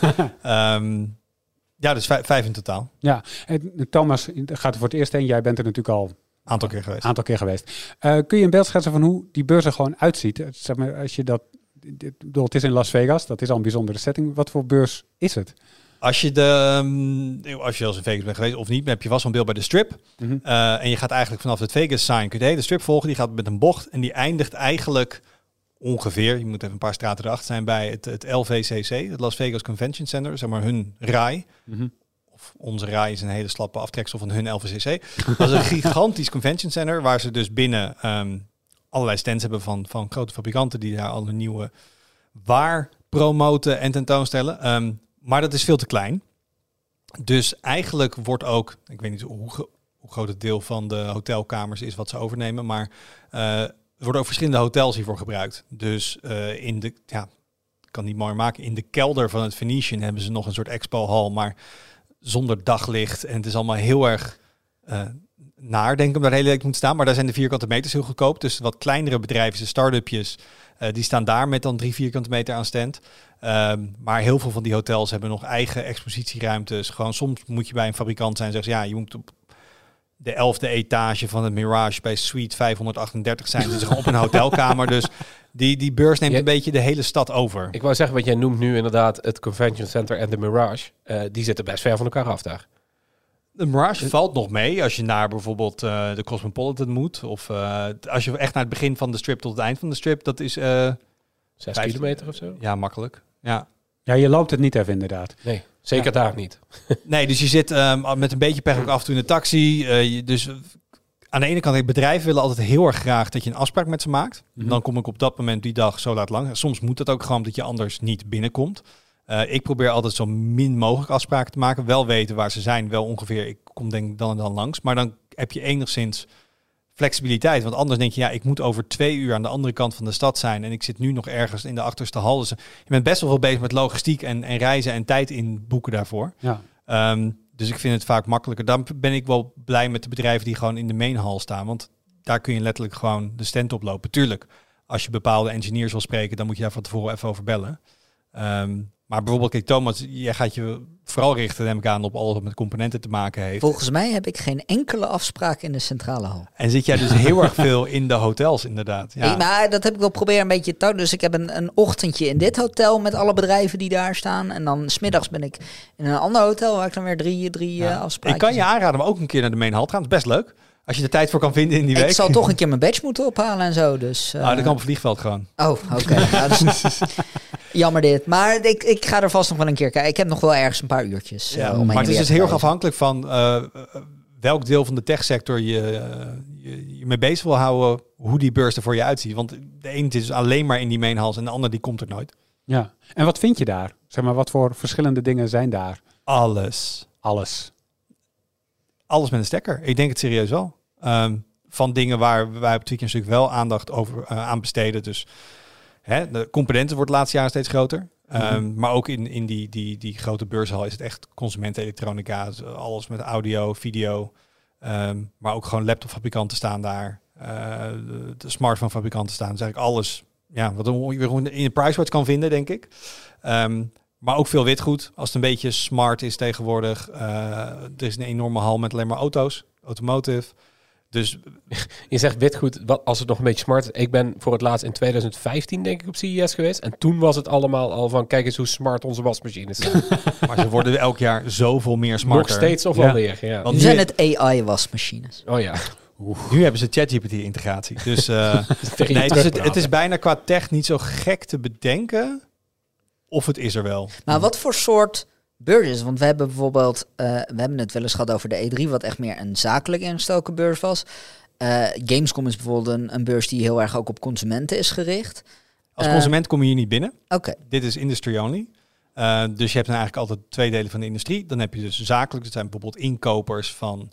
um, ja, dus vijf, vijf in totaal. ja. En Thomas gaat er voor het eerst heen. Jij bent er natuurlijk al Aantal keer geweest. een aantal keer geweest. Uh, kun je een beeld schetsen van hoe die beurs er gewoon uitziet? Zeg maar, als je dat, ik bedoel, het is in Las Vegas. Dat is al een bijzondere setting. Wat voor beurs is het? Als je, de, um, als je als in Vegas bent geweest of niet, dan heb je vast wel een beeld bij de strip. Mm-hmm. Uh, en je gaat eigenlijk vanaf het Vegas sign, kun je de hele strip volgen. Die gaat met een bocht en die eindigt eigenlijk ongeveer, je moet even een paar straten erachter zijn, bij het, het L V C C, het Las Vegas Convention Center, zeg maar hun rij. Mm-hmm. Of onze rij is een hele slappe aftreksel van hun L V C C. Dat is een gigantisch convention center waar ze dus binnen um, allerlei stands hebben van, van grote fabrikanten die daar al hun nieuwe waar promoten en tentoonstellen. Um, maar dat is veel te klein. Dus eigenlijk wordt ook, ik weet niet hoe, hoe groot het deel van de hotelkamers is wat ze overnemen, maar uh, er worden ook verschillende hotels hiervoor gebruikt. Dus uh, in de, ja, ik kan niet mooi maken, in de kelder van het Venetian hebben ze nog een soort expo-hal, maar zonder daglicht. En het is allemaal heel erg uh, naar, denk ik, om daar de hele week moet staan. Maar daar zijn de vierkante meters heel goedkoop. Dus wat kleinere bedrijven, de start-upjes, uh, die staan daar met dan drie vierkante meter aan stand. Um, maar heel veel van die hotels hebben nog eigen expositieruimtes. Gewoon soms moet je bij een fabrikant zijn en zeggen, ja, je moet op de elfde etage van het Mirage bij Suite vijfhonderdachtendertig zijn. Dus gewoon op een hotelkamer. Dus Die, die beurs neemt Ja. een beetje de hele stad over. Ik wou zeggen, wat jij noemt nu inderdaad het Convention Center en de Mirage. Uh, die zitten best ver van elkaar af daar. De Mirage valt nog mee als je naar bijvoorbeeld uh, de Cosmopolitan moet. Of uh, als je echt naar het begin van de strip tot het eind van de strip. Dat is... Uh, Zes vijftien kilometer of zo? Ja, makkelijk. Ja. Ja, je loopt het niet even inderdaad. Nee, zeker ja. daar niet. Nee, dus je zit um, met een beetje pech ook af en toe in de taxi. Uh, je, dus uh, aan de ene kant, bedrijven willen altijd heel erg graag dat je een afspraak met ze maakt. Mm-hmm. Dan kom ik op dat moment die dag zo laat lang. Soms moet dat ook gewoon dat je anders niet binnenkomt. Uh, ik probeer altijd zo min mogelijk afspraken te maken. Wel weten waar ze zijn, wel ongeveer. Ik kom denk ik dan en dan langs. Maar dan heb je enigszins flexibiliteit. Want anders denk je, ja, ik moet over twee uur aan de andere kant van de stad zijn. En ik zit nu nog ergens in de achterste hal. Dus je bent best wel veel bezig met logistiek en, en reizen en tijd inboeken daarvoor. Ja. Um, dus ik vind het vaak makkelijker. Dan ben ik wel blij met de bedrijven die gewoon in de main hall staan. Want daar kun je letterlijk gewoon de stand oplopen. Tuurlijk, als je bepaalde engineers wil spreken, dan moet je daar van tevoren even over bellen. Um, maar bijvoorbeeld, kijk, Thomas, jij gaat je vooral richten, neem ik aan, op alles wat met componenten te maken heeft. Volgens mij heb ik geen enkele afspraak in de centrale hal. En zit jij dus heel erg veel in de hotels, inderdaad. Ja. Ik, maar dat heb ik wel proberen een beetje te houden. Dus ik heb een, een ochtendje in dit hotel met alle bedrijven die daar staan. En dan 's middags ben ik in een ander hotel waar ik dan weer drie, drie ja. uh, afspraken. Ik kan je aanraden om ook een keer naar de main hall te gaan. Dat is best leuk. Als je de tijd voor kan vinden in die ik week. Ik zal toch een keer mijn badge moeten ophalen en zo. Dus, uh... Ah, dat kan op het vliegveld gewoon. Oh, oké. Okay. Nou, dus... Jammer dit. Maar ik, ik ga er vast nog wel een keer kijken. Ik heb nog wel ergens een paar uurtjes. Ja, uh, om maar het is dus heel erg reizen. afhankelijk van uh, welk deel van de techsector je, uh, je, je mee bezig wil houden. Hoe die beurs er voor je uitziet. Want de ene is dus alleen maar in die main halls en de ander die komt er nooit. Ja. En wat vind je daar? Zeg maar, wat voor verschillende dingen zijn daar? Alles. Alles. Alles met een stekker. Ik denk het serieus wel. Um, van dingen waar wij op Tweaky natuurlijk wel aandacht over uh, aan besteden. Dus hè, de componenten wordt de laatste jaren steeds groter. Um, mm-hmm. Maar ook in, in die, die, die grote beurshal is het echt consumentenelektronica. Alles met audio, video. Um, maar ook gewoon laptopfabrikanten staan daar. Uh, de, de smartphonefabrikanten staan. Dus eigenlijk alles ja, wat je in de Pricewatch kan vinden, denk ik. Um, maar ook veel witgoed. Als het een beetje smart is tegenwoordig. Uh, er is een enorme hal met alleen maar auto's. Automotive. Dus je zegt witgoed, wat als het nog een beetje smart is. Ik ben voor het laatst in twintig vijftien denk ik op C E S geweest. En toen was het allemaal al van, kijk eens hoe smart onze wasmachines zijn. Maar ze worden elk jaar zoveel meer smarter. Nog steeds of ja. wel meer. Ja. Want nu zijn het A I-wasmachines. Oh ja. Oef. Nu hebben ze ChatGPT-integratie. Dus uh, nee, het, is het, het is bijna qua tech niet zo gek te bedenken. Of het is er wel. Maar wat voor soort beurs is? Want we hebben bijvoorbeeld, uh, we hebben het wel eens gehad over de E drie, wat echt meer een zakelijk ingestoken beurs was. Uh, Gamescom is bijvoorbeeld een, een beurs die heel erg ook op consumenten is gericht. Als consument uh, kom je hier niet binnen. Oké. Okay. Dit is industry only. Uh, dus je hebt dan eigenlijk altijd twee delen van de industrie. Dan heb je dus zakelijk, dat zijn bijvoorbeeld inkopers van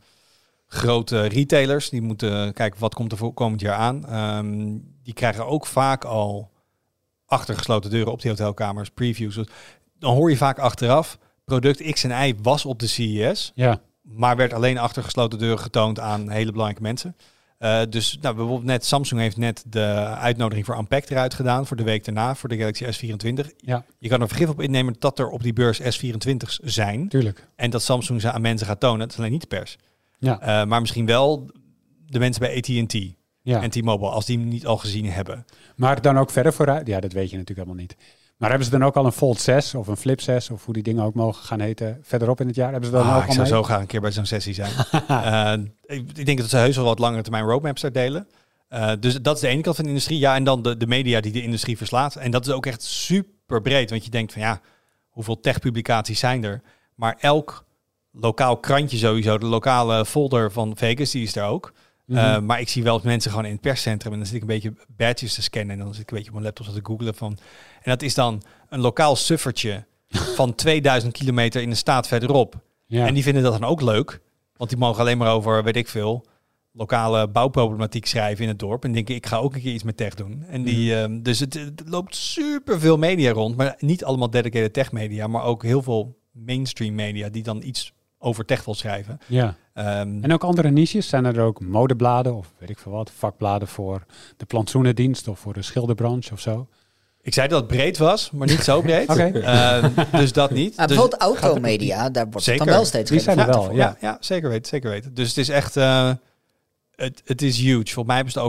grote retailers. Die moeten kijken wat komt er voor komend jaar aan. Um, die krijgen ook vaak al achter gesloten deuren op die hotelkamers, previews. Dan hoor je vaak achteraf, product X en Y was op de C E S, ja. maar werd alleen achter gesloten deuren getoond aan hele belangrijke mensen. Uh, dus nou, bijvoorbeeld net Samsung heeft net de uitnodiging voor Unpacked eruit gedaan voor de week daarna, voor de Galaxy S vierentwintig. Ja. Je kan er vergif op innemen dat er op die beurs S vierentwintig's zijn. Tuurlijk. En dat Samsung ze aan mensen gaat tonen. Dat is alleen niet de pers. Ja. Uh, maar misschien wel de mensen bij A T en T. Ja. En T-Mobile, als die hem niet al gezien hebben. Maar dan ook verder vooruit? Ja, dat weet je natuurlijk helemaal niet. Maar hebben ze dan ook al een Fold zes of een Flip zes, of hoe die dingen ook mogen gaan heten, verderop in het jaar? Hebben ze dan ah, ook ik al zou mee? zo graag een keer bij zo'n sessie zijn. uh, ik, ik denk dat ze heus wel wat langere termijn roadmaps daar delen. Uh, dus dat is de ene kant van de industrie. Ja, en dan de, de media die de industrie verslaat. En dat is ook echt super breed. Want je denkt van ja, hoeveel tech-publicaties zijn er? Maar elk lokaal krantje sowieso, de lokale folder van Vegas, die is er ook. Mm-hmm. Uh, maar ik zie wel mensen gewoon in het perscentrum en dan zit ik een beetje badges te scannen en dan zit ik een beetje op mijn laptop te googlen van. En dat is dan een lokaal suffertje van tweeduizend kilometer in de staat verderop. Ja. En die vinden dat dan ook leuk, want die mogen alleen maar over, weet ik veel, lokale bouwproblematiek schrijven in het dorp. En denken, ik ga ook een keer iets met tech doen. En die, mm. um, dus het, het loopt super veel media rond, maar niet allemaal dedicated tech media, maar ook heel veel mainstream media die dan iets over tech wil schrijven. Ja. Um, en ook andere niches? Zijn er ook modebladen of weet ik veel wat, vakbladen voor de plantsoenendienst of voor de schilderbranche of zo? Ik zei dat het breed was, maar niet zo breed. Oké. Okay. Uh, dus dat niet. Nou, dus bijvoorbeeld automedia, daar wordt zeker. Het dan wel steeds die zijn er wel, ja. ja. Ja, zeker weten, zeker weten. Dus het is echt, uh, het, het is huge. Volgens mij hebben ze het over een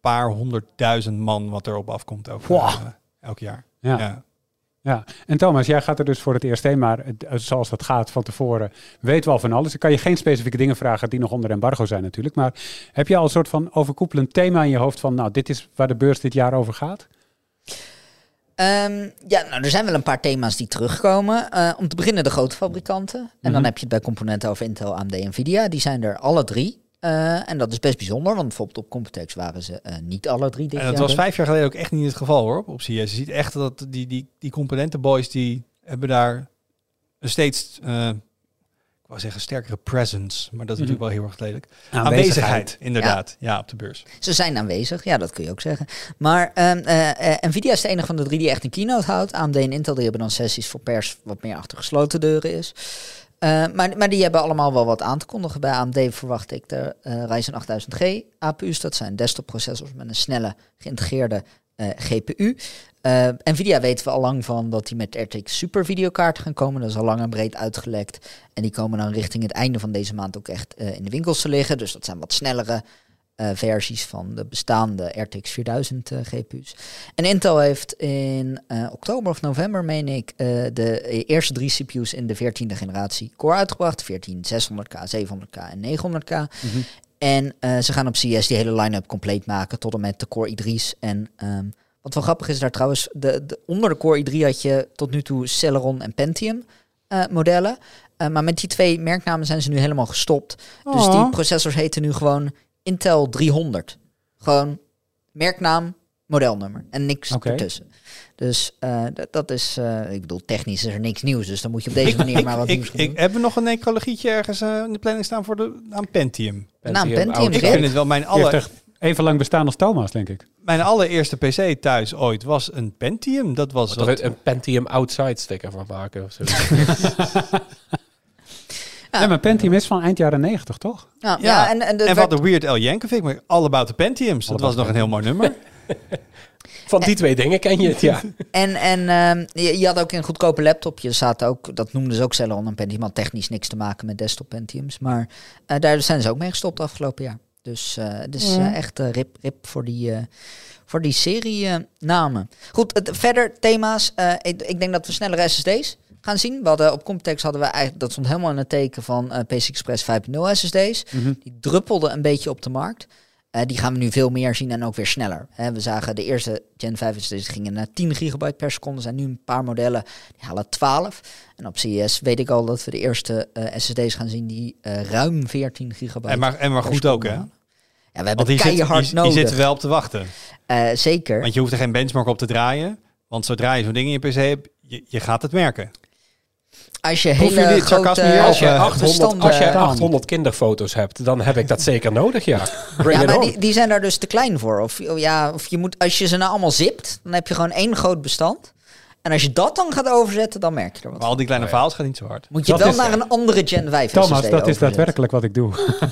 paar honderdduizend man wat erop afkomt elk, Wow. uh, elk jaar. Ja. Ja. Ja, en Thomas, jij gaat er dus voor het eerst heen, maar het- zoals dat gaat van tevoren, weten we al van alles. Ik kan je geen specifieke dingen vragen die nog onder embargo zijn natuurlijk, maar heb je al een soort van overkoepelend thema in je hoofd van, nou, dit is waar de beurs dit jaar over gaat? Um, ja, nou, er zijn wel een paar thema's die terugkomen. Uh, om te beginnen de grote fabrikanten. En Mhm. dan heb je het bij componenten over Intel, A M D en Nvidia. Die zijn er alle drie. Uh, en dat is best bijzonder, want bijvoorbeeld op Computex waren ze uh, niet alle drie dit En dat jaar. was vijf jaar geleden ook echt niet het geval hoor, op C S. Je ziet echt dat die, die, die componentenboys, die hebben daar een steeds, uh, ik wou zeggen sterkere presence, maar dat is Mhm. natuurlijk wel heel erg lelijk. Aanwezigheid. Aanwezigheid, inderdaad, ja. ja, op de beurs. Ze zijn aanwezig, ja, dat kun je ook zeggen. Maar um, uh, uh, Nvidia is de enige van de drie die echt een keynote houdt. A M D en Intel die hebben dan sessies voor pers wat meer achter gesloten deuren is. Uh, maar, maar die hebben allemaal wel wat aan te kondigen. Bij A M D verwacht ik de uh, Ryzen achttausend G A P U's. Dat zijn desktopprocessors met een snelle geïntegreerde uh, G P U. Uh, Nvidia weten we al lang van dat die met R T X Super videokaarten gaan komen. Dat is al lang en breed uitgelekt. En die komen dan richting het einde van deze maand ook echt uh, in de winkels te liggen. Dus dat zijn wat snellere uh, versies van de bestaande R T X vierduizend uh, G P U's. En Intel heeft in uh, oktober of november, meen ik, uh, de eerste drie C P U's in de veertiende generatie Core uitgebracht. veertien zeshonderd K, zevenhonderd K en negenhonderd K. Mm-hmm. En uh, ze gaan op C S die hele line-up compleet maken tot en met de Core i drie's. En um, wat wel grappig is daar trouwens, de, de, onder de Core i drie had je tot nu toe Celeron en Pentium uh, modellen. Uh, maar met die twee merknamen zijn ze nu helemaal gestopt. Dus Oh. die processors heten nu gewoon Intel driehonderd. Gewoon merknaam, modelnummer en niks Oké. ertussen. Dus uh, d- dat is, uh, ik bedoel, technisch is er niks nieuws. Dus dan moet je op deze manier ik, maar wat ik, nieuws gaan ik, doen. Hebben we nog een necrologietje ergens uh, in de planning staan voor de naam Pentium? De naam Pentium, oud. Ik Red. vind het wel mijn, Die heeft aller, echt even lang bestaan als Thomas, denk ik. mijn allereerste P C thuis ooit was een Pentium. Dat was Wat wat, er een Pentium Outside sticker van maken of zo. Ja. Ja, maar Pentium is van eind jaren negentig, toch? Ja, Ja, ja, en, en, de en werd- wat de Weird Al Yankovic, maar All About the Pentiums. Dat All was About nog een heel mooi nummer. Van die twee dingen ken je het, ja. En, en ehm, je, je had ook een goedkope laptop. Je zaten ook, dat noemden ze ook Celeron en Pentium. Had technisch niks te maken met desktop Pentiums. Maar uh, daar zijn ze ook mee gestopt afgelopen jaar. Dus uh, het is uh, echt uh, rip, rip voor die, uh, voor die serie uh, namen. Goed, het, verder thema's. Uh, ik, ik denk dat we snellere S S D's gaan zien. We hadden, op Computex hadden we eigenlijk, dat stond helemaal in het teken van uh, P C I Express vijf punt nul S S D's. Mhm. Die druppelden een beetje op de markt. Uh, die gaan we nu veel meer zien en ook weer sneller. Hè, we zagen de eerste Gen vijf S S D's gingen naar tien gigabyte per seconde. Er zijn nu een paar modellen die halen twaalf. En op C E S weet ik al dat we de eerste uh, S S D's gaan zien die uh, ruim veertien gigabyte En maar, en maar per goed seconde ook, hè? halen. Ja, we hebben Want hier zit, keihard hier, nodig. hier zitten we wel op te wachten. Uh, zeker. Want je hoeft er geen benchmark op te draaien. Want zodra je zo'n ding in je P C hebt, je, je gaat het merken. Als je Proeven hele jullie het grote sarcasme hier? Als je Uh, achthonderd, bestanden- als je aan. achthonderd kinderfoto's hebt, dan heb ik dat zeker nodig, ja. Bring Ja, it maar on. die, die zijn daar dus te klein voor. Of, oh ja, of je moet, als je ze nou allemaal zipt, dan heb je gewoon één groot bestand. En als je dat dan gaat overzetten, dan merk je er wat Maar van. al die kleine Oh ja. files gaat niet zo hard. Moet je Dat wel is- naar een andere Gen vijf S S D Thomas, dat is overzetten. daadwerkelijk wat ik doe.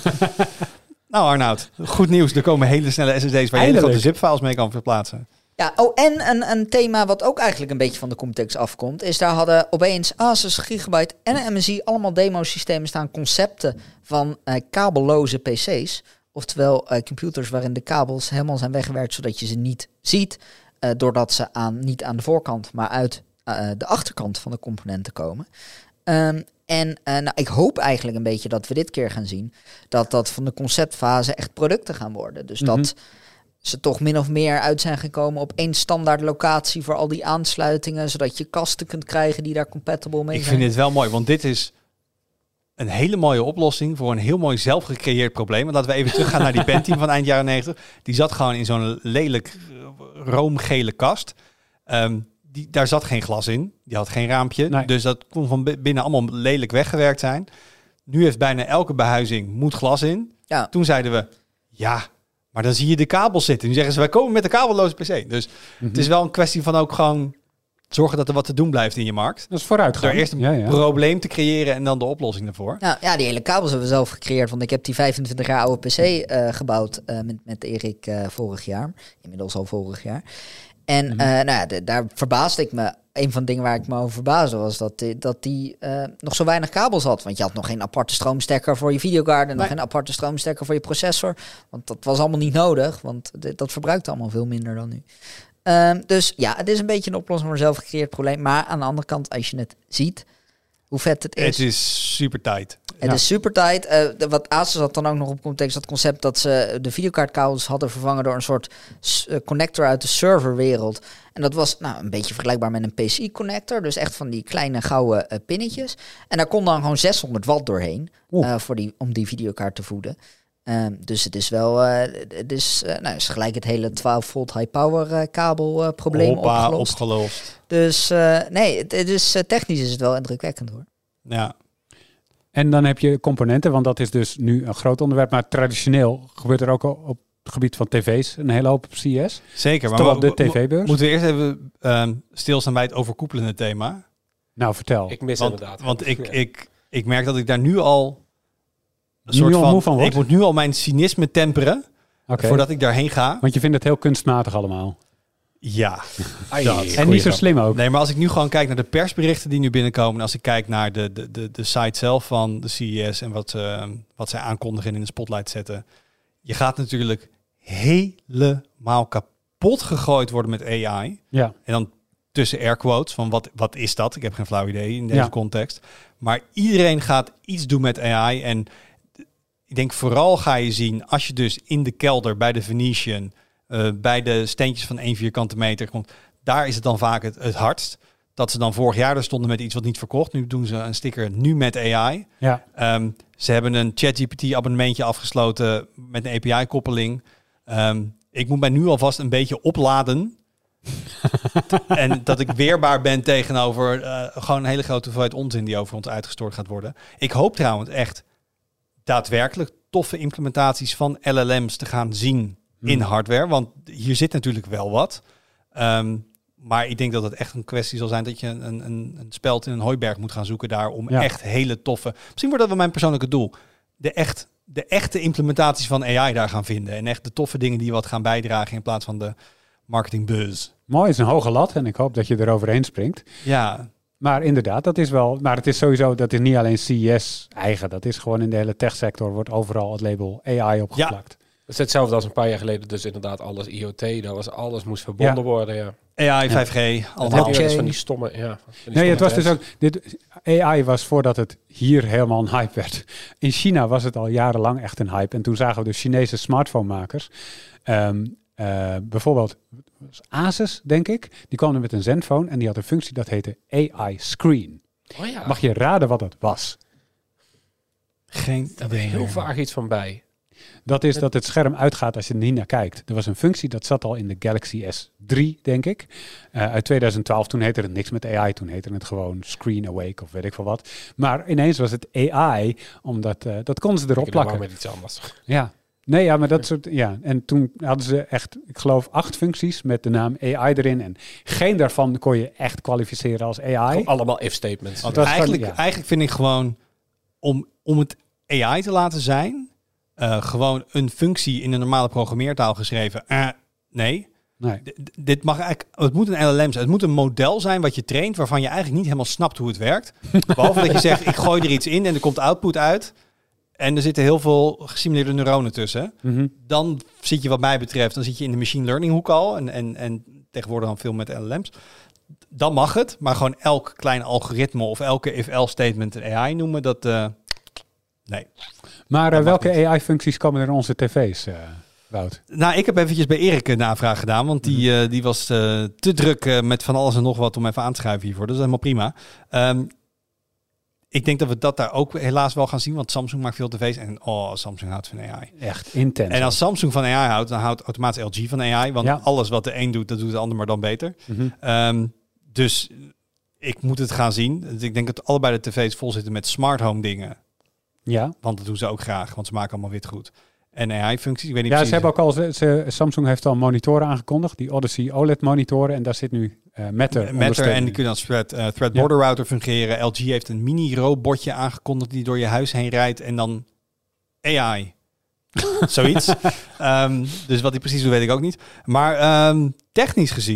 Nou Arnoud, goed nieuws. Er komen hele snelle S S D's waar je hele Eindelijk. grote zip-files mee kan verplaatsen. Ja, oh, en een, een thema wat ook eigenlijk een beetje van de Computex afkomt, is daar hadden opeens Asus, Gigabyte en M S I allemaal demosystemen staan, concepten van uh, kabelloze P C's. Oftewel uh, computers waarin de kabels helemaal zijn weggewerkt zodat je ze niet ziet, uh, doordat ze aan, niet aan de voorkant, maar uit uh, de achterkant van de componenten komen. Um, en uh, nou, ik hoop eigenlijk een beetje dat we dit keer gaan zien dat dat van de conceptfase echt producten gaan worden. Dus Mhm. dat ze toch min of meer uit zijn gekomen op één standaard locatie voor al die aansluitingen, zodat je kasten kunt krijgen die daar compatible mee Ik zijn. vind dit wel mooi, want dit is een hele mooie oplossing voor een heel mooi zelfgecreëerd probleem. Want laten we even teruggaan naar die Pentium van eind jaren negentig. Die zat gewoon in zo'n lelijk uh, roomgele kast. Um, die, daar zat geen glas in. Die had geen raampje. Nee. Dus dat kon van bi- binnen allemaal lelijk weggewerkt zijn. Nu heeft bijna elke behuizing moet glas in. Ja. Toen zeiden we, ja, maar dan zie je de kabels zitten. Nu zeggen ze, wij komen met de kabelloze P C. Dus Mhm. het is wel een kwestie van ook gewoon zorgen dat er wat te doen blijft in je markt. Dat is vooruitgang. Door eerst een ja, ja. probleem te creëren en dan de oplossing ervoor. Nou, ja, die hele kabels hebben we zelf gecreëerd, want ik heb die vijfentwintig jaar oude P C uh, gebouwd uh, met, met Erik uh, vorig jaar. Inmiddels al vorig jaar. En Mhm. uh, nou ja, de, daar verbaasde ik me een van de dingen waar ik me over verbaasde was dat die, dat die uh, nog zo weinig kabels had. Want je had nog geen aparte stroomstekker voor je videokaart en nog Nee. geen aparte stroomstekker voor je processor. Want dat was allemaal niet nodig, want dit, dat verbruikt allemaal veel minder dan nu. Um, dus ja, het is een beetje een oplossing voor een zelfgecreëerd probleem. Maar aan de andere kant, als je het ziet, hoe vet het is. Het is super tight. Het Ja. is super tight. Uh, de, wat Asus had dan ook nog op context, dat concept dat ze de videokaartkabels hadden vervangen door een soort uh, connector uit de serverwereld. En dat was nou een beetje vergelijkbaar met een P C connector. Dus echt van die kleine gouden uh, pinnetjes. En daar kon dan gewoon zeshonderd watt doorheen uh, voor die, om die videokaart te voeden. Um, dus het is wel, uh, het is, uh, nou, is gelijk het hele twaalf volt high power uh, kabel uh, probleem Hoppa, opgelost. opgelost. Dus uh, nee, het, het is, uh, technisch is het wel indrukwekkend hoor. Ja. En dan heb je componenten, want dat is dus nu een groot onderwerp. Maar traditioneel gebeurt er ook al op het gebied van tv's een hele hoop op C E S. Zeker. Maar Toch we- op de we- tv-beurs? Moeten we eerst even um, stilstaan bij het overkoepelende thema. Nou, vertel. Ik mis Want, inderdaad. want ik, Ja. ik, ik merk dat ik daar nu al een Nu soort al van, moe van wordt? ik moet nu al mijn cynisme temperen Oké. voordat ik daarheen ga. Want je vindt het heel kunstmatig allemaal. Ja. Ai, dat. goeie En niet zo grap. slim ook. Nee, maar als ik nu gewoon kijk naar de persberichten die nu binnenkomen, en als ik kijk naar de, de, de, de site zelf van de C E S en wat, uh, wat zij aankondigen en in de spotlight zetten, je gaat natuurlijk helemaal kapot gegooid worden met A I. Ja. En dan tussen air quotes van wat, wat is dat? Ik heb geen flauw idee in deze Ja. context. Maar iedereen gaat iets doen met A I. En ik denk vooral ga je zien als je dus in de kelder bij de Venetian, uh, bij de steentjes van één vierkante meter komt, daar is het dan vaak het, het hardst. Dat ze dan vorig jaar er stonden met iets wat niet verkocht. Nu doen ze een sticker nu met A I. Ja. Um, ze hebben een ChatGPT abonnementje afgesloten met een A P I-koppeling. Um, ik moet mij nu alvast een beetje opladen. En dat ik weerbaar ben tegenover uh, gewoon een hele grote hoeveelheid onzin die over ons uitgestort gaat worden. Ik hoop trouwens echt daadwerkelijk toffe implementaties van L L M's te gaan zien Hmm. in hardware. Want hier zit natuurlijk wel wat. Um, maar ik denk dat het echt een kwestie zal zijn dat je een, een, een speld in een hooiberg moet gaan zoeken daar om Ja. echt hele toffe... Misschien wordt dat wel mijn persoonlijke doel. De, echt, de echte implementaties van A I daar gaan vinden. En echt de toffe dingen die wat gaan bijdragen in plaats van de marketing buzz. Mooi, is een hoge lat en ik hoop dat je er overheen springt. Ja, Maar inderdaad, dat is wel... Maar het is sowieso, dat is niet alleen C E S eigen. Dat is gewoon in de hele techsector wordt overal het label A I opgeplakt. Het is hetzelfde als een paar jaar geleden. Dus inderdaad alles I O T. Dat was alles moest verbonden Ja. worden. Ja. A I, vijf G, Dat allemaal. heb je Blockchain. dus van die stomme... Ja, van die Nee, het was stomme dus ook... Dit, A I was voordat het hier helemaal een hype werd. In China was het al jarenlang echt een hype. En toen zagen we de Chinese smartphonemakers... Um, uh, bijvoorbeeld Asus, denk ik. Die kwam er met een Zenfone en die had een functie dat heette A I Screen. trends. Oh ja, Mag je raden wat dat was? Geen daar ben idee. heel vaag iets van bij. Dat is dat het scherm uitgaat als je er niet naar kijkt. Er was een functie, dat zat al in de Galaxy S drie, denk ik. Uh, uit twintig twaalf, toen heette het niks met A I. Toen heette het gewoon Screen Awake of weet ik veel wat. Maar ineens was het A I, omdat uh, dat konden ze erop Ik doe maar plakken. met iets anders. Ja. Nee, ja, maar dat soort... Ja, en toen hadden ze echt, ik geloof, acht functies met de naam A I erin. En geen daarvan kon je echt kwalificeren als A I. Gewoon allemaal if statements. Want Het was eigenlijk, gewoon, ja. eigenlijk vind ik gewoon, om, om het A I te laten zijn, uh, gewoon een functie in een normale programmeertaal geschreven. Uh, nee. Nee. D- d- dit mag eigenlijk, het moet een L L M zijn. Het moet een model zijn wat je traint, waarvan je eigenlijk niet helemaal snapt hoe het werkt. Behalve dat je zegt, ik gooi er iets in en er komt output uit. En er zitten heel veel gesimuleerde neuronen tussen. Mm-hmm. Dan zit je wat mij betreft, dan zit je in de machine learning hoek al. En, en, en tegenwoordig dan veel met L L M's. Dan mag het, maar gewoon elk klein algoritme of elke if-else statement een A I noemen, dat... Uh, nee. Maar uh, Dat mag welke A I-functies komen er in onze tv's, uh, Wout? Nou, ik heb eventjes bij Erik een navraag gedaan, want die, uh, die was uh, te druk uh, met van alles en nog wat om even aan te schuiven hiervoor. Dat is helemaal prima. Um, ik denk dat we dat daar ook helaas wel gaan zien, want Samsung maakt veel tv's en oh, Samsung houdt van A I. Echt intens. En als Samsung van A I houdt, dan houdt automatisch L G van A I, want Ja. alles wat de een doet, dat doet de ander maar dan beter. Mm-hmm. Um, dus ik moet het gaan zien. Dus ik denk dat allebei de tv's vol zitten met smart home dingen, Ja. want dat doen ze ook graag, want ze maken allemaal witgoed. En A I-functies, ik weet niet Ja, precies. ze hebben ook al, ze, ze, Samsung heeft al monitoren aangekondigd, die Odyssey O L E D-monitoren. En daar zit nu uh, Matter Matter en die kunnen als thread, uh, thread border ja. router fungeren. L G heeft een mini-robotje aangekondigd die door je huis heen rijdt en dan A I. Zoiets. um, dus wat die precies doet, weet ik ook niet. Maar um, technisch gezien,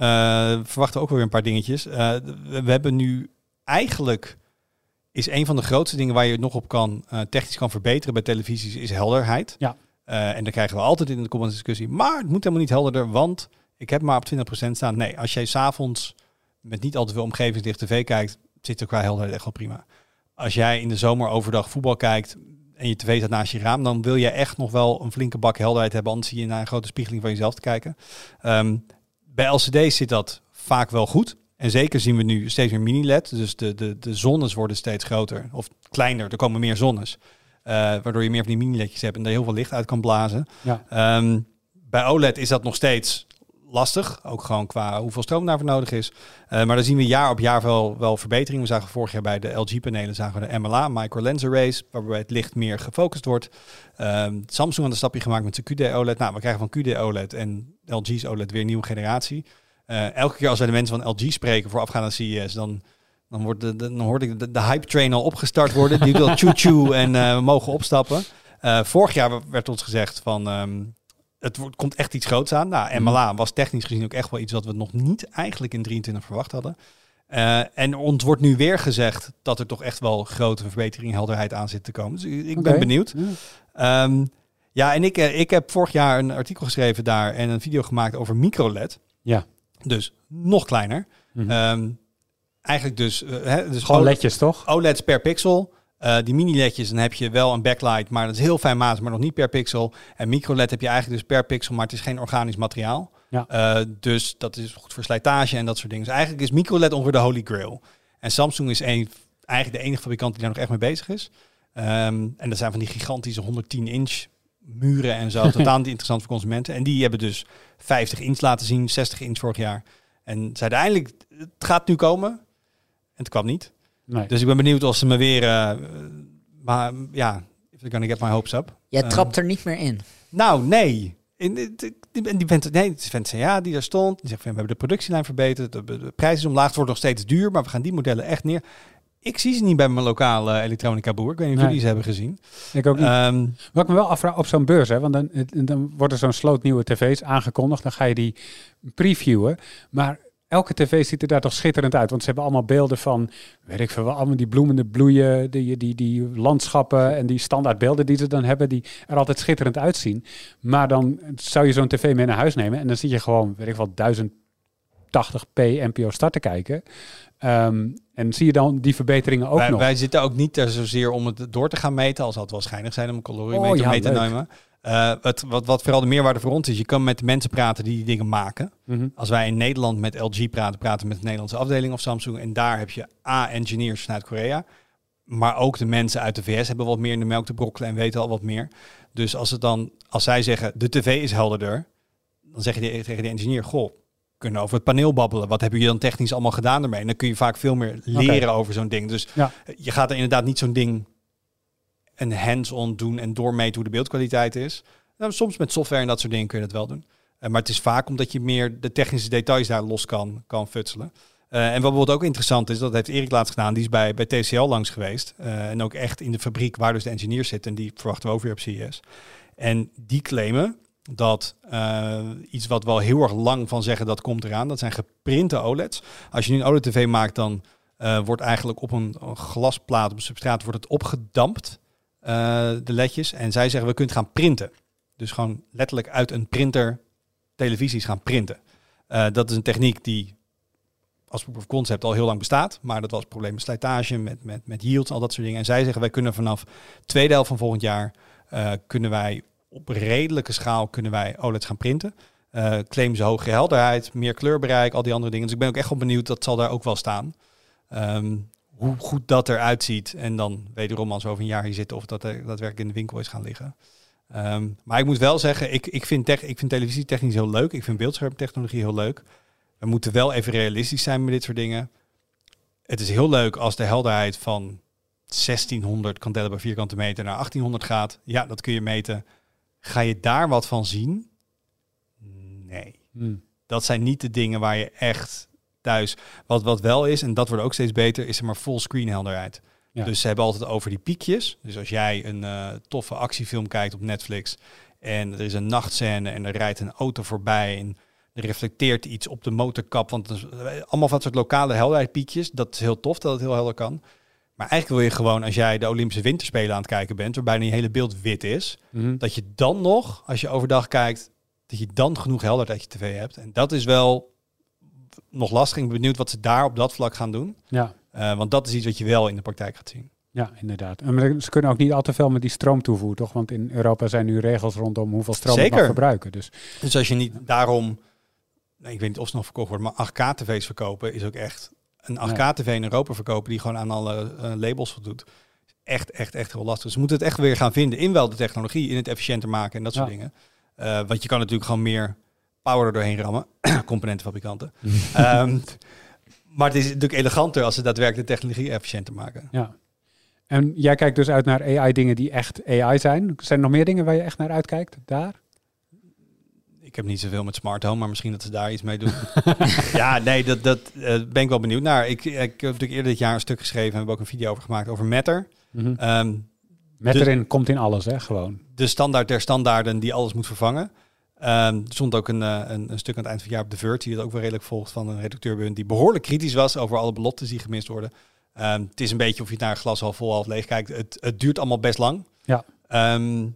Uh, verwachten ook weer een paar dingetjes. Uh, we, we hebben nu eigenlijk... is een van de grootste dingen waar je het nog op kan... Uh, technisch kan verbeteren bij televisies... is helderheid. Ja. Uh, en dan krijgen we altijd in de comments discussie... maar het moet helemaal niet helderder... want ik heb maar op twintig procent staan. Nee, als jij 's avonds... met niet al te veel omgevingslicht tv kijkt... zit er qua helderheid echt wel prima. Als jij in de zomer overdag voetbal kijkt... en je tv staat naast je raam... dan wil je echt nog wel een flinke bak helderheid hebben... anders zie je naar een grote spiegeling van jezelf te kijken. Um, bij L C D's zit dat vaak wel goed. En zeker zien we nu steeds meer mini-L E D. Dus de, de, de zones worden steeds groter. Of kleiner, er komen meer zones. Uh, waardoor je meer van die mini-ledjes hebt... en er heel veel licht uit kan blazen. Ja. Um, bij O L E D is dat nog steeds... lastig, ook gewoon qua hoeveel stroom daarvoor nodig is. Uh, maar dan zien we jaar op jaar wel, wel verbetering. We zagen vorig jaar bij de L G-panelen zagen we de M L A, Micro Lens Arrays, waarbij het licht meer gefocust wordt. Um, Samsung had een stapje gemaakt met zijn Q D O L E D. Nou, we krijgen van Q D O L E D en L G's O L E D weer een nieuwe generatie. Uh, elke keer als wij de mensen van L G spreken voorafgaand aan C E S, dan, dan, wordt de, de, dan hoorde ik de, de hype train al opgestart worden. Die wil choo-choo en uh, we mogen opstappen. Uh, vorig jaar werd ons gezegd van... Um, het wordt, komt echt iets groots aan. Nou, M L A was technisch gezien ook echt wel iets wat we nog niet eigenlijk in drieëntwintig verwacht hadden. Uh, en ons wordt nu weer gezegd dat er toch echt wel grote verbetering helderheid aan zit te komen. Dus ik, ik okay. ben benieuwd. Ja, um, ja en ik, ik heb vorig jaar een artikel geschreven daar en een video gemaakt over micro-L E D. Ja. Dus nog kleiner. Mm-hmm. Um, eigenlijk dus... Uh, hè, dus gewoon ledjes, toch? O L E D's per pixel. Uh, die mini-ledjes, dan heb je wel een backlight, maar dat is heel fijn maat, maar nog niet per pixel. En micro-L E D heb je eigenlijk dus per pixel, maar het is geen organisch materiaal. Ja. Uh, dus dat is goed voor slijtage en dat soort dingen. Dus eigenlijk is micro-L E D ongeveer de holy grail. En Samsung is een, eigenlijk de enige fabrikant die daar nog echt mee bezig is. Um, en dat zijn van die gigantische honderdtien inch muren en zo. Totaal niet interessant voor consumenten. En die hebben dus vijftig inch laten zien, zestig inch vorig jaar. En zeiden eindelijk, het gaat nu komen. En het kwam niet. Nee. Dus ik ben benieuwd of ze me weer... Uh, maar ja, if they're gonna get my hopes up. Jij uh, trapt er niet meer in. Nou, nee. En die, die, die vent, nee, het is vent ja, die daar stond. Die zegt, we hebben de productielijn verbeterd. De, de prijs is omlaag. Het wordt nog steeds duur, maar we gaan die modellen echt neer. Ik zie ze niet bij mijn lokale elektronica boer. Ik weet niet of nee. jullie ze hebben gezien. Ik ook niet. Um, Wat ik me wel afvraag op zo'n beurs, hè, want dan, dan wordt er zo'n sloot nieuwe tv's aangekondigd. Dan ga je die previewen. Maar elke tv ziet er daar toch schitterend uit. Want ze hebben allemaal beelden van, weet ik veel, allemaal die bloemende bloeien, die, die, die landschappen en die standaardbeelden die ze dan hebben, die er altijd schitterend uitzien. Maar dan zou je zo'n tv mee naar huis nemen en dan zie je gewoon, weet ik wel, duizend tachtig p N P O Start te kijken. Um, en zie je dan die verbeteringen ook wij, nog? Wij zitten ook niet er zozeer om het door te gaan meten, als het wel schijnig zijn om een caloriemeter oh, ja, mee te leuk. nemen. Uh, wat, wat, wat vooral de meerwaarde voor ons is, je kan met de mensen praten die die dingen maken. Mm-hmm. Als wij in Nederland met L G praten, praten met de Nederlandse afdeling of Samsung. En daar heb je A-engineers vanuit Korea. Maar ook de mensen uit de V S hebben wat meer in de melk te brokkelen en weten al wat meer. Dus als, het dan, als zij zeggen, de tv is helderder, dan zeg je tegen de engineer, goh, kunnen over het paneel babbelen. Wat hebben jullie dan technisch allemaal gedaan ermee? En dan kun je vaak veel meer leren okay. over zo'n ding. Dus ja. je gaat er inderdaad niet zo'n ding een hands-on doen en doormeten hoe de beeldkwaliteit is. Nou, soms met software en dat soort dingen kun je dat wel doen. Uh, maar het is vaak omdat je meer de technische details daar los kan, kan futselen. Uh, en wat bijvoorbeeld ook interessant is, dat heeft Erik laatst gedaan. Die is bij, bij T C L langs geweest. Uh, en ook echt in de fabriek waar dus de engineers zitten. En die verwachten we ook weer op C E S. En die claimen dat uh, iets wat wel heel erg lang van zeggen dat komt eraan. Dat zijn geprinte O L E D's. Als je nu een O L E D-tv maakt, dan uh, wordt eigenlijk op een, een glasplaat, op een substraat, wordt het opgedampt. Uh, de ledjes. En zij zeggen, we kunnen het gaan printen. Dus gewoon letterlijk uit een printer televisies gaan printen. Uh, dat is een techniek die als proof of concept al heel lang bestaat. Maar dat was het probleem met slijtage, met, met, met yields, al dat soort dingen. En zij zeggen, wij kunnen vanaf tweede helft van volgend jaar uh, kunnen wij op redelijke schaal kunnen wij O L E D's gaan printen. Uh, claimen ze hogere helderheid, meer kleurbereik, al die andere dingen. Dus ik ben ook echt wel benieuwd, dat zal daar ook wel staan. Um, hoe goed dat eruit ziet. En dan wederom als we over een jaar hier zitten of dat daadwerkelijk in de winkel is gaan liggen. Um, maar ik moet wel zeggen, ik, ik, vind tech, ik vind televisietechnisch heel leuk. Ik vind beeldschermtechnologie heel leuk. We moeten wel even realistisch zijn met dit soort dingen. Het is heel leuk als de helderheid van zestienhonderd kandellen per vierkante meter naar achttienhonderd gaat. Ja, dat kun je meten. Ga je daar wat van zien? Nee. Hmm. Dat zijn niet de dingen waar je echt thuis... Wat, wat wel is, en dat wordt ook steeds beter, is er maar fullscreen helderheid. Ja. Dus ze hebben altijd over die piekjes. Dus als jij een uh, toffe actiefilm kijkt op Netflix en er is een nachtscène en er rijdt een auto voorbij en Er reflecteert iets op de motorkap. Want het is allemaal van dat soort lokale helderheidpiekjes. Dat is heel tof dat het heel helder kan. Maar eigenlijk wil je gewoon, als jij de Olympische Winterspelen aan het kijken bent, waarbij een hele beeld wit is, Mm-hmm. dat je dan nog, als je overdag kijkt, dat je dan genoeg helderheid uit je tv hebt. En dat is wel nog lastig. Ik ben benieuwd wat ze daar op dat vlak gaan doen. Ja. Uh, want dat is iets wat je wel in de praktijk gaat zien. Ja, inderdaad. En maar ze kunnen ook niet al te veel met die stroom toevoegen, toch? Want in Europa zijn nu regels rondom hoeveel stroom je Zeker. mag gebruiken. Dus Dus als je niet daarom, nee, ik weet niet of ze nog verkocht worden, maar acht K-tv's verkopen is ook echt een acht K-tv in Europa verkopen die gewoon aan alle uh, labels voldoet. Echt, echt, echt heel lastig. Ze moeten het echt weer gaan vinden in wel de technologie, in het efficiënter maken en dat soort Ja. dingen. Uh, want je kan natuurlijk gewoon meer power er doorheen rammen. Componentenfabrikanten. um, maar het is natuurlijk eleganter als ze daadwerkelijk de technologie efficiënter maken. ja. En jij kijkt dus uit naar A I-dingen die echt A I zijn. Zijn er nog meer dingen waar je echt naar uitkijkt daar? Ik heb niet zoveel met smart home, maar misschien dat ze daar iets mee doen. ja, nee, dat, dat uh, ben ik wel benieuwd naar. Ik, ik heb natuurlijk eerder dit jaar een stuk geschreven en we hebben ook een video over gemaakt over Matter. Mm-hmm. Um, Met de, erin komt in alles, hè, gewoon. De standaard der standaarden die alles moet vervangen. Um, er stond ook een, uh, een, een stuk aan het eind van het jaar op The Verge, die het ook wel redelijk volgt, van een redacteur bij hun, die behoorlijk kritisch was over alle beloftes die gemist worden. Um, het is een beetje of je naar een glas half vol, half leeg kijkt. Het, het duurt allemaal best lang. Ja. Um,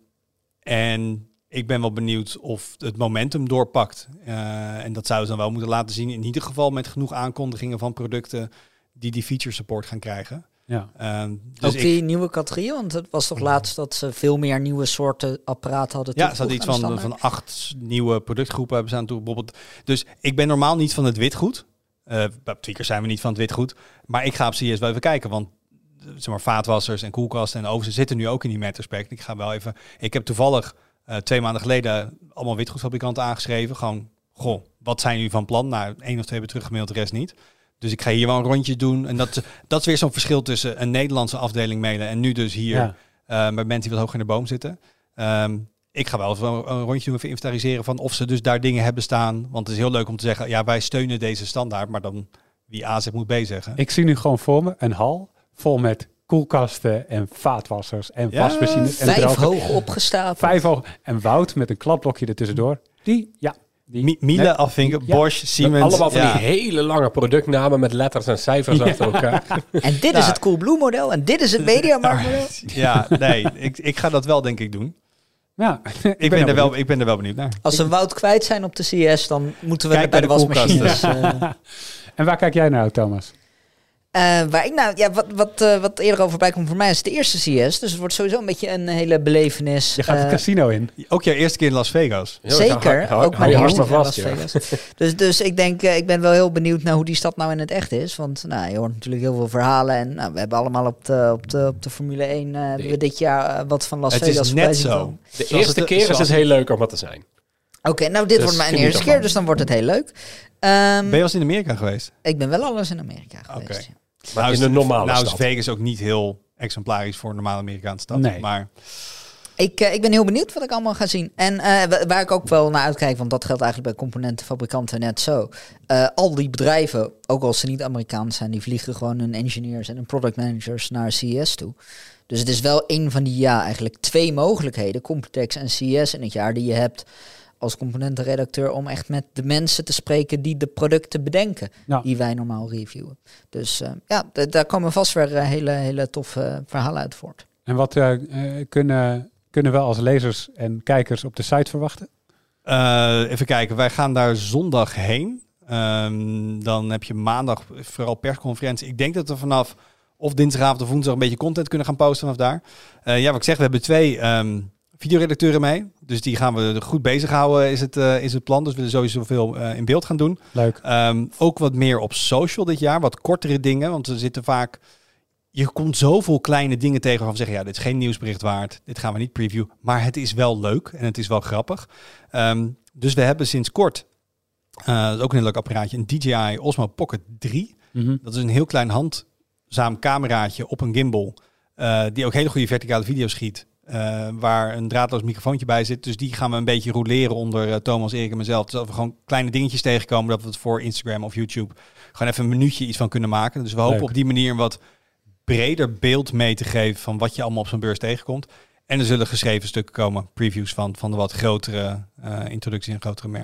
en ik ben wel benieuwd of het momentum doorpakt. Uh, en dat zouden ze dan wel moeten laten zien. In ieder geval met genoeg aankondigingen van producten die die feature support gaan krijgen. Ja. Um, dus ook die ik, nieuwe categorieën, want het was toch laatst dat ze veel meer nieuwe soorten apparaten hadden. Ja, ze hadden iets van, van acht nieuwe productgroepen hebben ze aan toe bijvoorbeeld. Dus ik ben normaal niet van het witgoed. Uh, bij Tweakers zijn we niet van het witgoed. Maar ik ga op C S wel even kijken, want zeg maar, vaatwassers en koelkasten en ovens zitten nu ook in die Matter-spec. Ik ga wel even. Ik heb toevallig uh, twee maanden geleden allemaal witgoedfabrikanten aangeschreven. Gewoon, goh, wat zijn jullie van plan? Nou, één of twee hebben teruggemaild, de rest niet. Dus ik ga hier wel een rondje doen. En dat, dat is weer zo'n verschil tussen een Nederlandse afdeling mailen en nu dus hier ja. uh, met mensen die wat hoger in de boom zitten. Um, ik ga wel even een rondje doen, even inventariseren van of ze dus daar dingen hebben staan. Want het is heel leuk om te zeggen, ja, wij steunen deze standaard, maar dan wie A zegt moet B zeggen. Ik zie nu gewoon voor me een hal vol met koelkasten en vaatwassers en ja, wasmachines. En vijf drogen. hoog opgestapeld. Vijf hoog. En Wout met een klapblokje ertussendoor. Die, ja. Die, Miele, afvinken, ja. Bosch, Siemens. Allemaal van ja. die hele lange productnamen met letters en cijfers ja. achter elkaar. En dit nou, is het Coolblue model en dit is het Mediamarkt model. Ja, nee, ik, ik ga dat wel denk ik doen. Ja, ik, ik, ben ben er wel, ik ben er wel benieuwd naar. Als we Wout kwijt zijn op de C S, dan moeten we kijk bij de, de wasmachines. Uh. En waar kijk jij naar, Thomas? Uh, waar ik nou, ja, wat, wat, uh, wat eerder over bij komt voor mij is de eerste C S. Dus het wordt sowieso een beetje een hele belevenis. Je gaat uh, het casino in. Ook jouw eerste keer in Las Vegas. Zeker, ja, hou, ook mijn hou eerste keer in vast, Las ja. Vegas. dus, dus ik denk, uh, ik ben wel heel benieuwd naar hoe die stad nou in het echt is. Want nou, je hoort natuurlijk heel veel verhalen. En nou, we hebben allemaal op de, op de, op de Formule één uh, hebben we dit jaar uh, wat van Las het Vegas. Het is net zo. De eerste het, keer is het heel leuk om wat te zijn. Oké, okay, nou dit dus wordt mijn eerste keer, dus dan wordt het heel leuk. Um, ben je wel eens in Amerika geweest? Ik ben wel al eens in Amerika geweest, okay. ja. Maar nou, in de normale nou, stad. Nou is Vegas ook niet heel exemplarisch voor een normale Amerikaanse stad. Nee. Maar ik, uh, ik ben heel benieuwd wat ik allemaal ga zien. En uh, waar ik ook wel naar uitkijk, want dat geldt eigenlijk bij componentenfabrikanten net zo. Uh, al die bedrijven, ook als ze niet Amerikaans zijn, die vliegen gewoon hun engineers en hun product managers naar C S toe. Dus het is wel een van die, ja, eigenlijk twee mogelijkheden, Computex en C S in het jaar, die je hebt als componentenredacteur om echt met de mensen te spreken die de producten bedenken, ja. die wij normaal reviewen. Dus uh, ja, d- daar komen vast weer uh, hele, hele toffe uh, verhalen uit voort. En wat uh, uh, kunnen, kunnen we als lezers en kijkers op de site verwachten? Uh, even kijken, wij gaan daar zondag heen. Um, dan heb je maandag vooral persconferentie. Ik denk dat we vanaf of dinsdagavond of woensdag een beetje content kunnen gaan posten vanaf daar. Uh, ja, wat ik zeg, we hebben twee um, videoredacteuren mee. Dus die gaan we goed bezighouden, is het, uh, is het plan. Dus we willen sowieso veel uh, in beeld gaan doen. Leuk. Um, ook wat meer op social dit jaar, wat kortere dingen. Want er zitten vaak... Je komt zoveel kleine dingen tegen waarvan we zeggen, ja, dit is geen nieuwsbericht waard. Dit gaan we niet previewen. Maar het is wel leuk en het is wel grappig. Um, dus we hebben sinds kort, uh, dat is ook een heel leuk apparaatje, een D J I Osmo Pocket drie. Mm-hmm. Dat is een heel klein handzaam cameraatje op een gimbal. Uh, die ook hele goede verticale video schiet. Uh, waar een draadloos microfoontje bij zit. Dus die gaan we een beetje roleren onder uh, Thomas, Erik en mezelf. Dus dat we gewoon kleine dingetjes tegenkomen. Dat we het voor Instagram of YouTube gewoon even een minuutje iets van kunnen maken. Dus we hopen leuk. op die manier een wat breder beeld mee te geven van wat je allemaal op zo'n beurs tegenkomt. En er zullen geschreven stukken komen, previews van, van de wat grotere uh, introducties en grotere merken.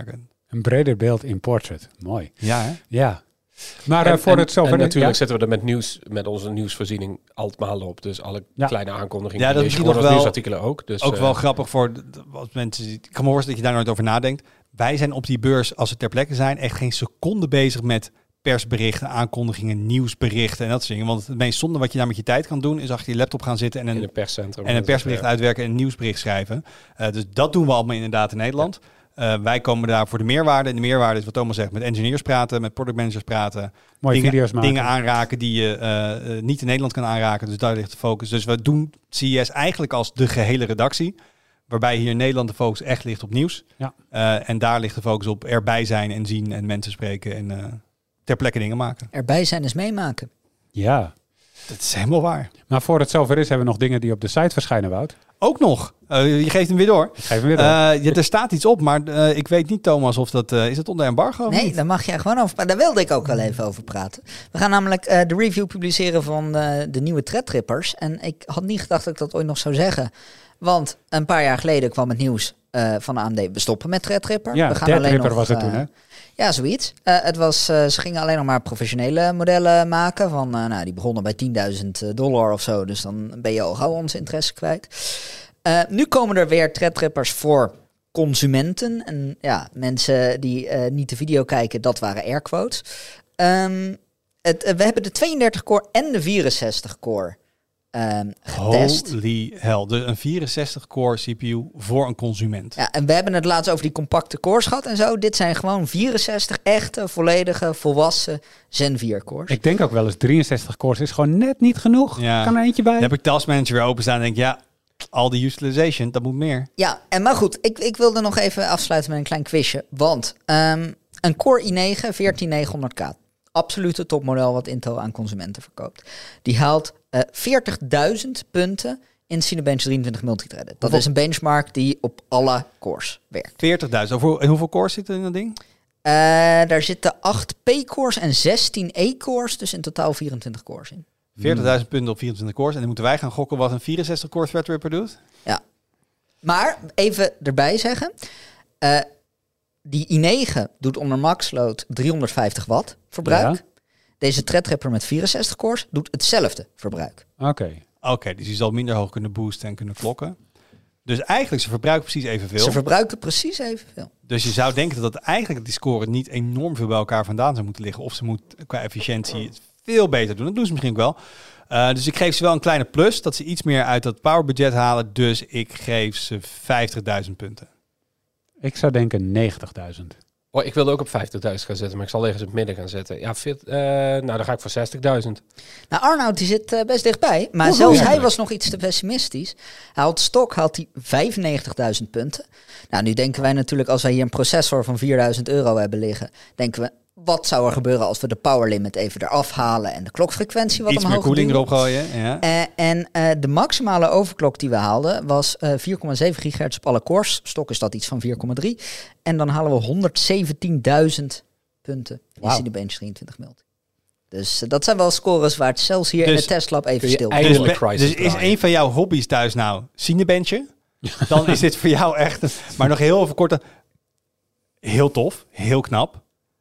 Een breder beeld in portrait. Mooi. Ja, hè? Ja. Maar En, uh, voor en, het zover... en natuurlijk ja? zetten we er met nieuws, met onze nieuwsvoorziening altmaal op. Dus alle Ja. kleine aankondigingen. Ja, dat lees is je nog gewoon als wel- nieuwsartikelen ook. Dus, Ook uh, wel grappig voor de- de- als mensen. Ik kan me voorstellen dat je daar nooit over nadenkt. Wij zijn op die beurs, als we ter plekke zijn, echt geen seconde bezig met persberichten, aankondigingen, nieuwsberichten en dat soort dingen. Want het meest zonde wat je daar met je tijd kan doen, is achter je laptop gaan zitten en in een, een perscentrum. en een persbericht uitwerken en een nieuwsbericht schrijven. Uh, dus dat doen we allemaal inderdaad in Nederland. Uh, wij komen daar voor de meerwaarde. En de meerwaarde is wat Thomas zegt, met engineers praten, met product managers praten. Mooie dingen, video's maken. dingen aanraken die je uh, uh, niet in Nederland kan aanraken. Dus daar ligt de focus. Dus we doen C E S eigenlijk als de gehele redactie. Waarbij hier in Nederland de focus echt ligt op nieuws. Ja. Uh, en daar ligt de focus op erbij zijn en zien en mensen spreken en uh, ter plekke dingen maken. Erbij zijn is meemaken. Ja. Dat is helemaal waar. Maar voor het zover is, hebben we nog dingen die op de site verschijnen, Wout. Ook nog. Uh, je geeft hem weer door. Ik geef hem weer door. Uh, ja, er staat iets op, maar uh, ik weet niet, Thomas, of dat... Uh, is het onder embargo? of Nee, niet? daar mag jij gewoon over praten. Daar wilde ik ook wel even over praten. We gaan namelijk uh, de review publiceren van uh, de nieuwe Threadrippers. En ik had niet gedacht dat ik dat ooit nog zou zeggen. Want een paar jaar geleden kwam het nieuws uh, van A M D. We stoppen met Threadripper. Ja, we gaan alleen Threadripper nog, was het uh, toen, hè? Ja, zoiets. Uh, het was, uh, ze gingen alleen nog maar professionele modellen maken. Van, uh, nou, die begonnen bij tienduizend dollar of zo. Dus dan ben je al gauw ons interesse kwijt. Uh, nu komen er weer Threadrippers voor consumenten. En ja, mensen die uh, niet de video kijken, dat waren airquotes. Um, het, uh, we hebben de tweeëndertig core en de vierenzestig core um, getest. Holy hell. Dus een vierenzestig core C P U voor een consument. Ja, en we hebben het laatst over die compacte cores gehad en zo. Dit zijn gewoon vierenzestig echte, volledige, volwassen Zen vier cores. Ik denk ook wel eens drieënzestig cores is gewoon net niet genoeg. Ja. Kan er eentje bij? Dan heb ik Task Manager weer openstaan en denk ja, al die utilization, dat moet meer. Ja, en maar goed, ik, ik wilde nog even afsluiten met een klein quizje. Want um, een Core i negen veertien negenhonderd K, absolute topmodel wat Intel aan consumenten verkoopt. Die haalt uh, veertigduizend punten in Cinebench drieëntwintig multithreaded. Dat Hoeveel? is een benchmark die op alle cores werkt. veertigduizend. Hoeveel, en hoeveel cores zitten in dat ding? Uh, daar zitten acht P-cores en zestien E-cores, dus in totaal vierentwintig cores in. veertigduizend punten op vierentwintig cores. En dan moeten wij gaan gokken wat een vierenzestig core Threadripper doet. Maar even erbij zeggen, uh, die i negen doet onder max load driehonderdvijftig watt verbruik. Ja. Deze Threadripper met vierenzestig cores doet hetzelfde verbruik. Oké. Oké, okay, dus die zal minder hoog kunnen boosten en kunnen klokken. Dus eigenlijk, ze verbruiken precies evenveel. Ze verbruiken precies evenveel. Dus je zou denken dat het eigenlijk die score niet enorm veel bij elkaar vandaan zou moeten liggen. Of ze moet qua efficiëntie het veel beter doen. Dat doen ze misschien ook wel. Uh, dus ik geef ze wel een kleine plus. Dat ze iets meer uit dat powerbudget halen. Dus ik geef ze vijftigduizend punten. Ik zou denken negentigduizend. Oh, ik wilde ook op vijftigduizend gaan zetten, maar ik zal ergens in het midden gaan zetten. Ja, veert, uh, nou dan ga ik voor zestigduizend. Nou, Arnoud die zit uh, best dichtbij. Maar Oeh, zelfs ja. hij was nog iets te pessimistisch. Hij had stok, haalt hij vijfennegentigduizend punten. Nou, nu denken wij natuurlijk, als wij hier een processor van vierduizend euro hebben liggen, denken we, wat zou er gebeuren als we de power limit even eraf halen en de klokfrequentie wat Iets meer omhoog koeling duwen? erop gooien. Ja. Uh, en uh, de maximale overklok die we haalden was uh, vier komma zeven gigahertz op alle cores. Stok is dat iets van vier komma drie. En dan halen we honderdzeventienduizend punten in Wauw. Cinebench drieëntwintig multi. Dus uh, dat zijn wel scores waar het zelfs hier in Dus het testlab even kun je stil is. eigenlijk- Dus, Eindelijk be- Crisis dus is draaien. een van jouw hobby's thuis nou Cinebenchje? Dan is dit voor jou echt... een- Maar nog heel even kort. Heel tof. Heel knap.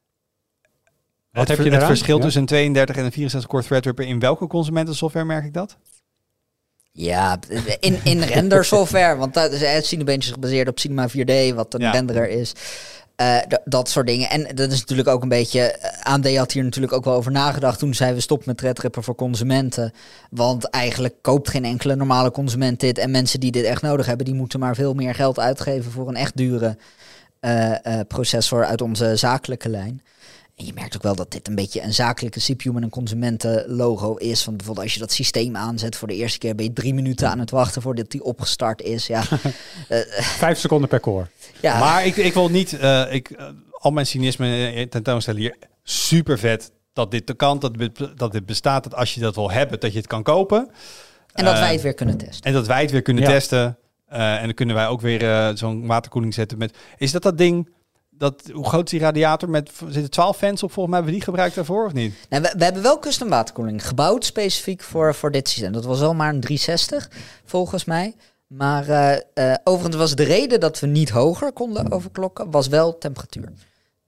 Wat het, heb je ver- het eraan? verschil Ja. tussen een tweeëndertig en een vierenzestig core Threadripper, in welke consumentensoftware merk ik dat? Ja, in, in render software. Want dat is, het Cinebench is gebaseerd op Cinema vier D, wat een Ja. renderer is. Uh, d- dat soort dingen. En dat is natuurlijk ook een beetje... uh, A M D had hier natuurlijk ook wel over nagedacht toen zeiden we stop met Threadripper voor consumenten. Want eigenlijk koopt geen enkele normale consument dit. En mensen die dit echt nodig hebben, die moeten maar veel meer geld uitgeven voor een echt dure uh, uh, processor uit onze zakelijke lijn. En je merkt ook wel dat dit een beetje een zakelijke C P U met een consumentenlogo is. Want bijvoorbeeld als je dat systeem aanzet voor de eerste keer, ben je drie minuten aan het wachten voordat die opgestart is. Ja, uh, Vijf seconden per core. ja. Maar ik, ik wil niet... uh, ik, uh, al mijn cynisme uh, tentoonstellen hier. Super vet dat dit kan, dat dit, dat dit bestaat. Dat als je dat wil hebben, dat je het kan kopen. En dat Uh, wij het weer kunnen testen. En dat wij het weer kunnen Ja. testen. Uh, en dan kunnen wij ook weer uh, zo'n waterkoeling zetten met... Is dat dat ding... Dat, hoe groot is die radiator? Met, zitten twaalf fans op volgens mij. Hebben we die gebruikt daarvoor of niet? Nou, we, we hebben wel custom waterkoeling gebouwd specifiek voor, voor dit systeem. Dat was wel maar een driehonderdzestig volgens mij. Maar uh, uh, overigens was de reden dat we niet hoger konden overklokken, was wel temperatuur.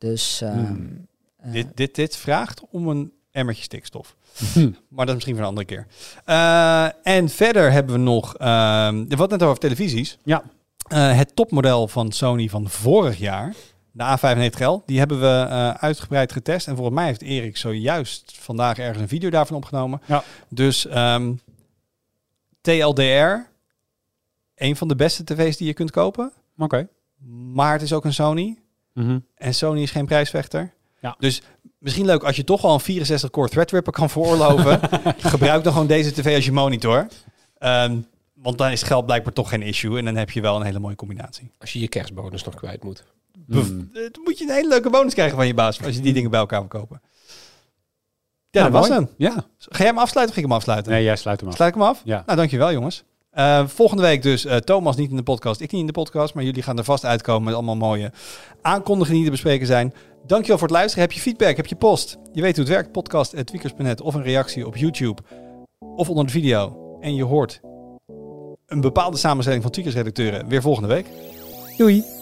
Dus um, Hmm. uh, Dit, dit, dit vraagt om een emmertje stikstof. Hm. Maar dat is misschien voor een andere keer. Uh, en verder hebben we nog... Uh, wat net over televisies. Ja. Uh, het topmodel van Sony van vorig jaar. De A vijfennegentig L. Die hebben we uh, uitgebreid getest. En volgens mij heeft Erik zojuist vandaag ergens een video daarvan opgenomen. Ja. Dus um, T L D R. Een van de beste tv's die je kunt kopen. Oké. Okay. Maar het is ook een Sony. Mm-hmm. En Sony is geen prijsvechter. Ja. Dus misschien leuk als je toch al een vierenzestig core Threadripper kan veroorloven. Gebruik dan gewoon deze tv als je monitor. Um, want dan is geld blijkbaar toch geen issue. En dan heb je wel een hele mooie combinatie. Als je je kerstbonus nog kwijt moet. Buf, Mm. Dan moet je een hele leuke bonus krijgen van je baas. Als je die dingen bij elkaar wil kopen. Ja, Nou, dat was mooi. hem. Ja. Ga jij hem afsluiten of ga ik hem afsluiten? Nee, jij sluit hem af. Sluit ik hem af? Ja. Nou, dankjewel jongens. Uh, volgende week dus uh, Thomas niet in de podcast, ik niet in de podcast. Maar jullie gaan er vast uitkomen met allemaal mooie aankondigingen die te bespreken zijn. Dankjewel voor het luisteren. Heb je feedback, heb je post? Je weet hoe het werkt. podcast at tweakers punt net of een reactie op YouTube of onder de video. En je hoort een bepaalde samenstelling van Tweakers redacteuren weer volgende week. Doei.